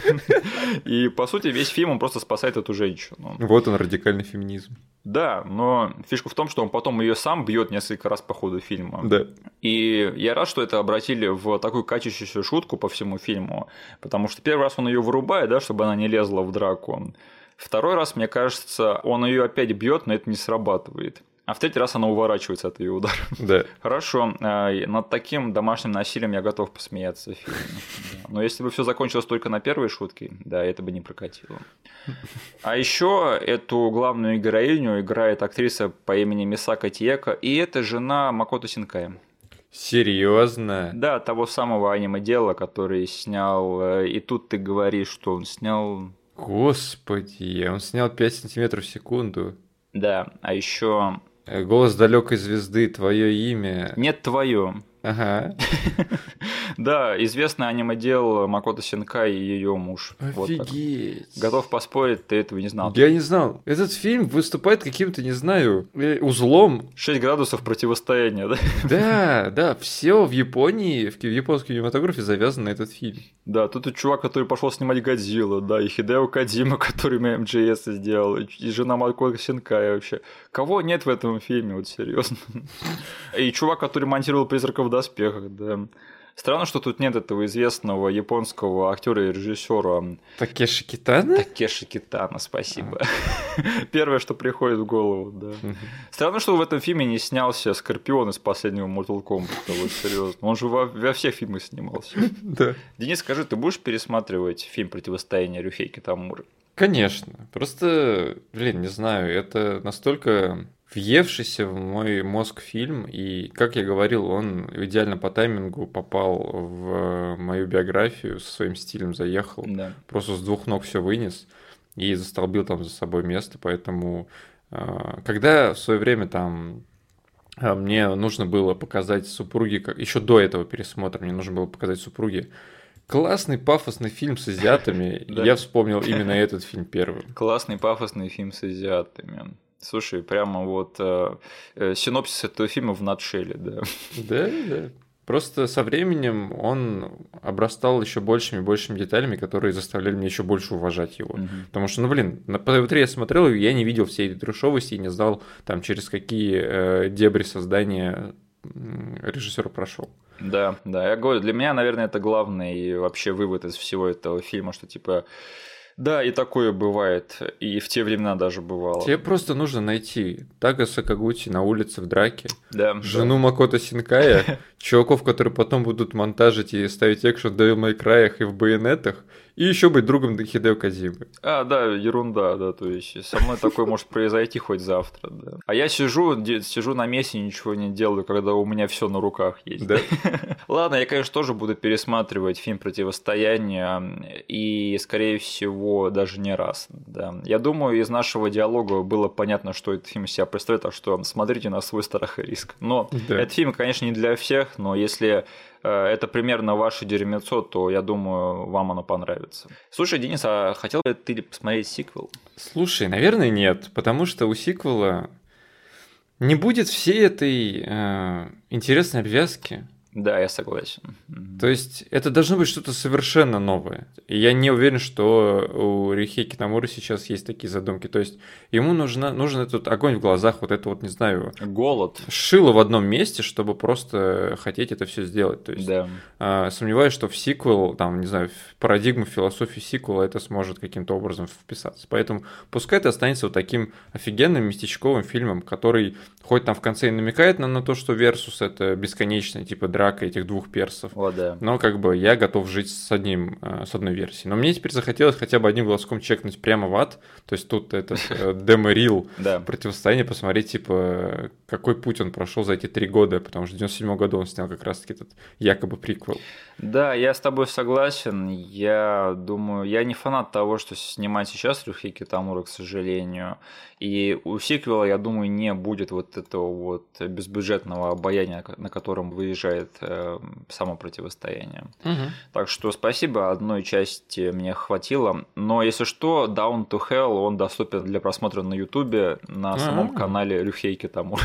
И, по сути, весь фильм он просто спасает эту женщину. Вот он, радикальный феминизм. Да, но фишка в том, что он потом ее сам бьет несколько раз по ходу фильма. Да. И я рад, что это обратили в такую качающуюся шутку по всему фильму, потому что первый раз он ее вырубает, да, чтобы она не лезла в драку. Второй раз, мне кажется, он ее опять бьет, но это не срабатывает. А в третий раз она уворачивается от ее удара. Да. Хорошо, над таким домашним насилием я готов посмеяться в фильме. Да. Но если бы все закончилось только на первой шутке, да, это бы не прокатило. А еще эту главную героиню играет актриса по имени Мисака Тиека, и это жена Макото Синкая. Серьезно? Да, того самого аниме-дела, который снял. И тут ты говоришь, что он снял. Господи, он снял 5 сантиметров в секунду. Да, а еще. Голос далекой звезды, твое имя. Нет, твое. Ага. Да, известный аниме-дел Макото Синкай и ее муж. Офигеть. Вот. Готов поспорить, ты этого не знал. Я не знал. Этот фильм выступает каким-то, не знаю, узлом. 6 градусов противостояния, да? Да, да, все в Японии, в японском кинематографе завязано на этот фильм. Да, тут и чувак, который пошел снимать Годзиллу, да, и Хидео Кодзима, который МЧС сделал, и жена Макото Синкая вообще. Кого нет в этом фильме, вот серьезно. И чувак, который монтировал «Призраков в доспехах», да. Странно, что тут нет этого известного японского актера и режиссера Такеши Китано? Такеши Китано, спасибо. Первое, что приходит в голову, да. Странно, что в этом фильме не снялся Скорпион из последнего Mortal Kombat, вот серьезно. Он же во всех фильмах снимался. Да. Денис, скажи, ты будешь пересматривать фильм «Противостояние» Рюхей Китамуры? Конечно. Просто, блин, не знаю, это настолько въевшийся в мой мозг фильм, и, как я говорил, он идеально по таймингу попал в мою биографию, со своим стилем заехал, Да. просто с двух ног все вынес и застолбил там за собой место, поэтому когда в свое время там мне нужно было показать супруге, еще до этого пересмотра, мне нужно было показать супруге классный пафосный фильм с азиатами, я вспомнил именно этот фильм первым. Классный пафосный фильм с азиатами. Слушай, прямо вот синопсис этого фильма в натшеле, да. Да. Просто со временем он обрастал еще большими и большими деталями, которые заставляли меня еще больше уважать его. Потому что, на ТВ-3 я смотрел, и я не видел всей этой трешовости и не знал, там, через какие дебри создания режиссер прошел. Да, я говорю, для меня, наверное, это главный вообще вывод из всего этого фильма, что типа, да, и такое бывает, и в те времена даже бывало. Тебе просто нужно найти Тага Сакагути на улице в драке, жену да. Макото Синкая, чуваков, которые потом будут монтажить и ставить экшен в Devil May Cry'ах и в Байонетах, и еще быть другом Хидео Кодзимы. Да, ерунда, да, то есть со мной такое может произойти хоть завтра, да. А я сижу на месте, ничего не делаю, когда у меня все на руках есть. Да. Ладно, я, конечно, тоже буду пересматривать фильм «Противостояние», и, скорее всего, даже не раз, да. Я думаю, из нашего диалога было понятно, что этот фильм из себя представляет, так что смотрите на свой страх и риск. Но этот фильм, конечно, не для всех, но если это примерно ваше дерьмецо, то я думаю, вам оно понравится. Слушай, Денис, а хотел бы ты посмотреть сиквел? Слушай, наверное, нет, потому что у сиквела не будет всей этой интересной обвязки. Да, я согласен. То есть это должно быть что-то совершенно новое. И я не уверен, что у Рюхей Китамуры сейчас есть такие задумки. То есть ему нужен этот огонь в глазах, вот это вот, не знаю... Голод. Шило в одном месте, чтобы просто хотеть это все сделать. То есть сомневаюсь, что в сиквел, там, не знаю, в парадигму, в философию сиквела это сможет каким-то образом вписаться. Поэтому пускай это останется вот таким офигенным местечковым фильмом, который хоть там в конце и намекает на то, что Версус это бесконечная типа драка этих двух персов. Но как бы я готов жить с одной версией. Но мне теперь захотелось хотя бы одним глазком чекнуть прямо в ад. То есть тут этот демо-рил противостояние, посмотреть, типа, какой путь он прошел за эти 3 года, потому что в 97 году он снял как раз-таки этот якобы приквел. Да, я с тобой согласен. Я думаю, я не фанат того, что снимать сейчас Рюхей Китамура, к сожалению. И у сиквела, я думаю, не будет вот этого вот безбюджетного обаяния, на котором выезжает само противостояние. Так что спасибо, одной части мне хватило. Но если что, Down to Hell, он доступен для просмотра на Ютубе на самом канале Рюхей Китамура.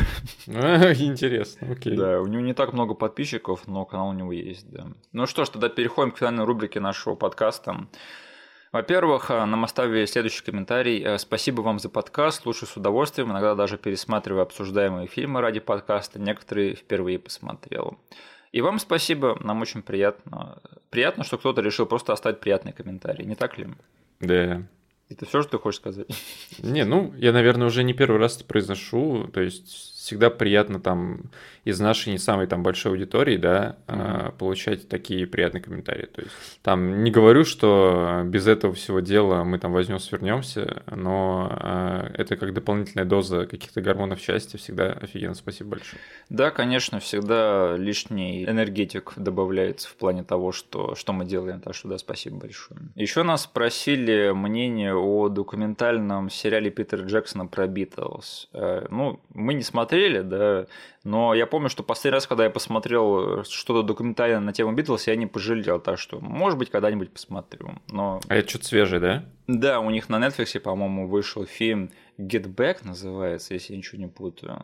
Интересно, окей. Да, у него не так много подписчиков, но канал у него есть, да. Ну что ж, тогда переходим к финальной рубрике нашего подкаста. Во-первых, нам оставили следующий комментарий. Спасибо вам за подкаст, слушаю с удовольствием, иногда даже пересматриваю обсуждаемые фильмы ради подкаста, некоторые впервые посмотрел. И вам спасибо, нам очень приятно. Приятно, что кто-то решил просто оставить приятный комментарий, не так ли? Да. Это все, что ты хочешь сказать? Не, я, наверное, уже не первый раз это произношу, то есть всегда приятно там из нашей не самой там большой аудитории, да, получать такие приятные комментарии. То есть там не говорю, что без этого всего дела мы там возьмем, свернемся, но это как дополнительная доза каких-то гормонов счастья, всегда офигенно, спасибо большое. Да, конечно, всегда лишний энергетик добавляется в плане того, что мы делаем, так что да, спасибо большое. Еще нас спросили мнение о документальном сериале Питера Джексона про Битлз. Мы не смотрели, да, но я помню, что последний раз, когда я посмотрел что-то документальное на тему Битлз, я не пожалел, так что, может быть, когда-нибудь посмотрю. Но... А это что-то свежее, да? Да, у них на Netflix, по-моему, вышел фильм Get Back, называется, если я ничего не путаю.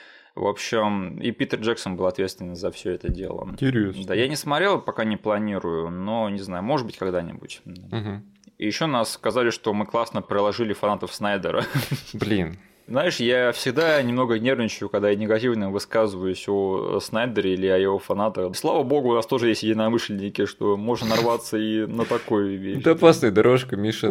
В общем, и Питер Джексон был ответственен за все это дело. Интересно. Да, я не смотрел, пока не планирую, но не знаю, может быть, когда-нибудь. Угу. И еще нас сказали, что мы классно приложили фанатов Снайдера. Блин. Знаешь, я всегда немного нервничаю, когда я негативно высказываюсь о Снайдере или о его фанатах. Слава богу, у нас тоже есть единомышленники, что можно нарваться и на такую вещь. Это опасная дорожка, Миша.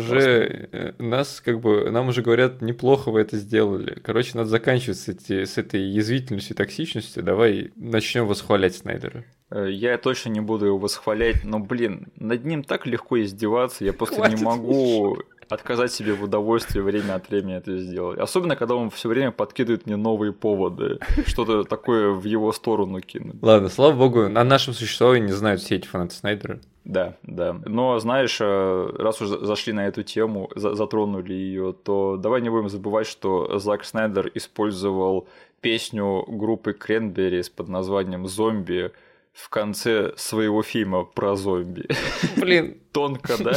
Очень Нам уже говорят, неплохо вы это сделали. Короче, надо заканчивать с этой язвительностью и токсичностью. Давай начнем восхвалять Снайдера. Я точно не буду его восхвалять, но, над ним так легко издеваться, я просто не могу отказать себе в удовольствии время от времени это сделать. Особенно, когда он все время подкидывает мне новые поводы, что-то такое в его сторону кинуть. Ладно, слава богу, о нашем существовании не знают все эти фанаты Снайдера. Да. Но, знаешь, раз уж зашли на эту тему, затронули ее, то давай не будем забывать, что Зак Снайдер использовал песню группы Кренберис под названием «Зомби» в конце своего фильма про зомби. Блин. Тонко, да?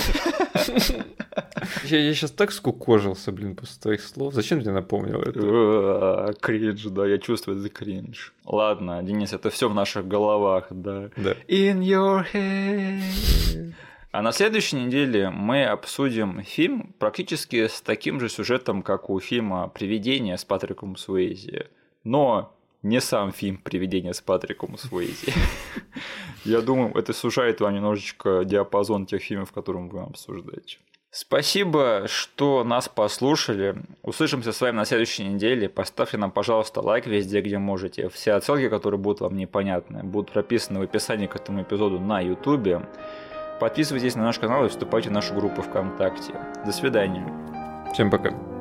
Я сейчас так скукожился, после твоих слов. Зачем ты напомнил это? Кринж, да, я чувствую это кринж. Ладно, Денис, это все в наших головах, да. In your head. А на следующей неделе мы обсудим фильм практически с таким же сюжетом, как у фильма «Привидение» с Патриком Суэйзи. Но не сам фильм «Привидение» с Патриком Суэйзи. Я думаю, это сужает вам немножечко диапазон тех фильмов, которые мы будем обсуждать. Спасибо, что нас послушали. Услышимся с вами на следующей неделе. Поставьте нам, пожалуйста, лайк везде, где можете. Все отсылки, которые будут вам непонятны, будут прописаны в описании к этому эпизоду на YouTube. Подписывайтесь на наш канал и вступайте в нашу группу ВКонтакте. До свидания. Всем пока.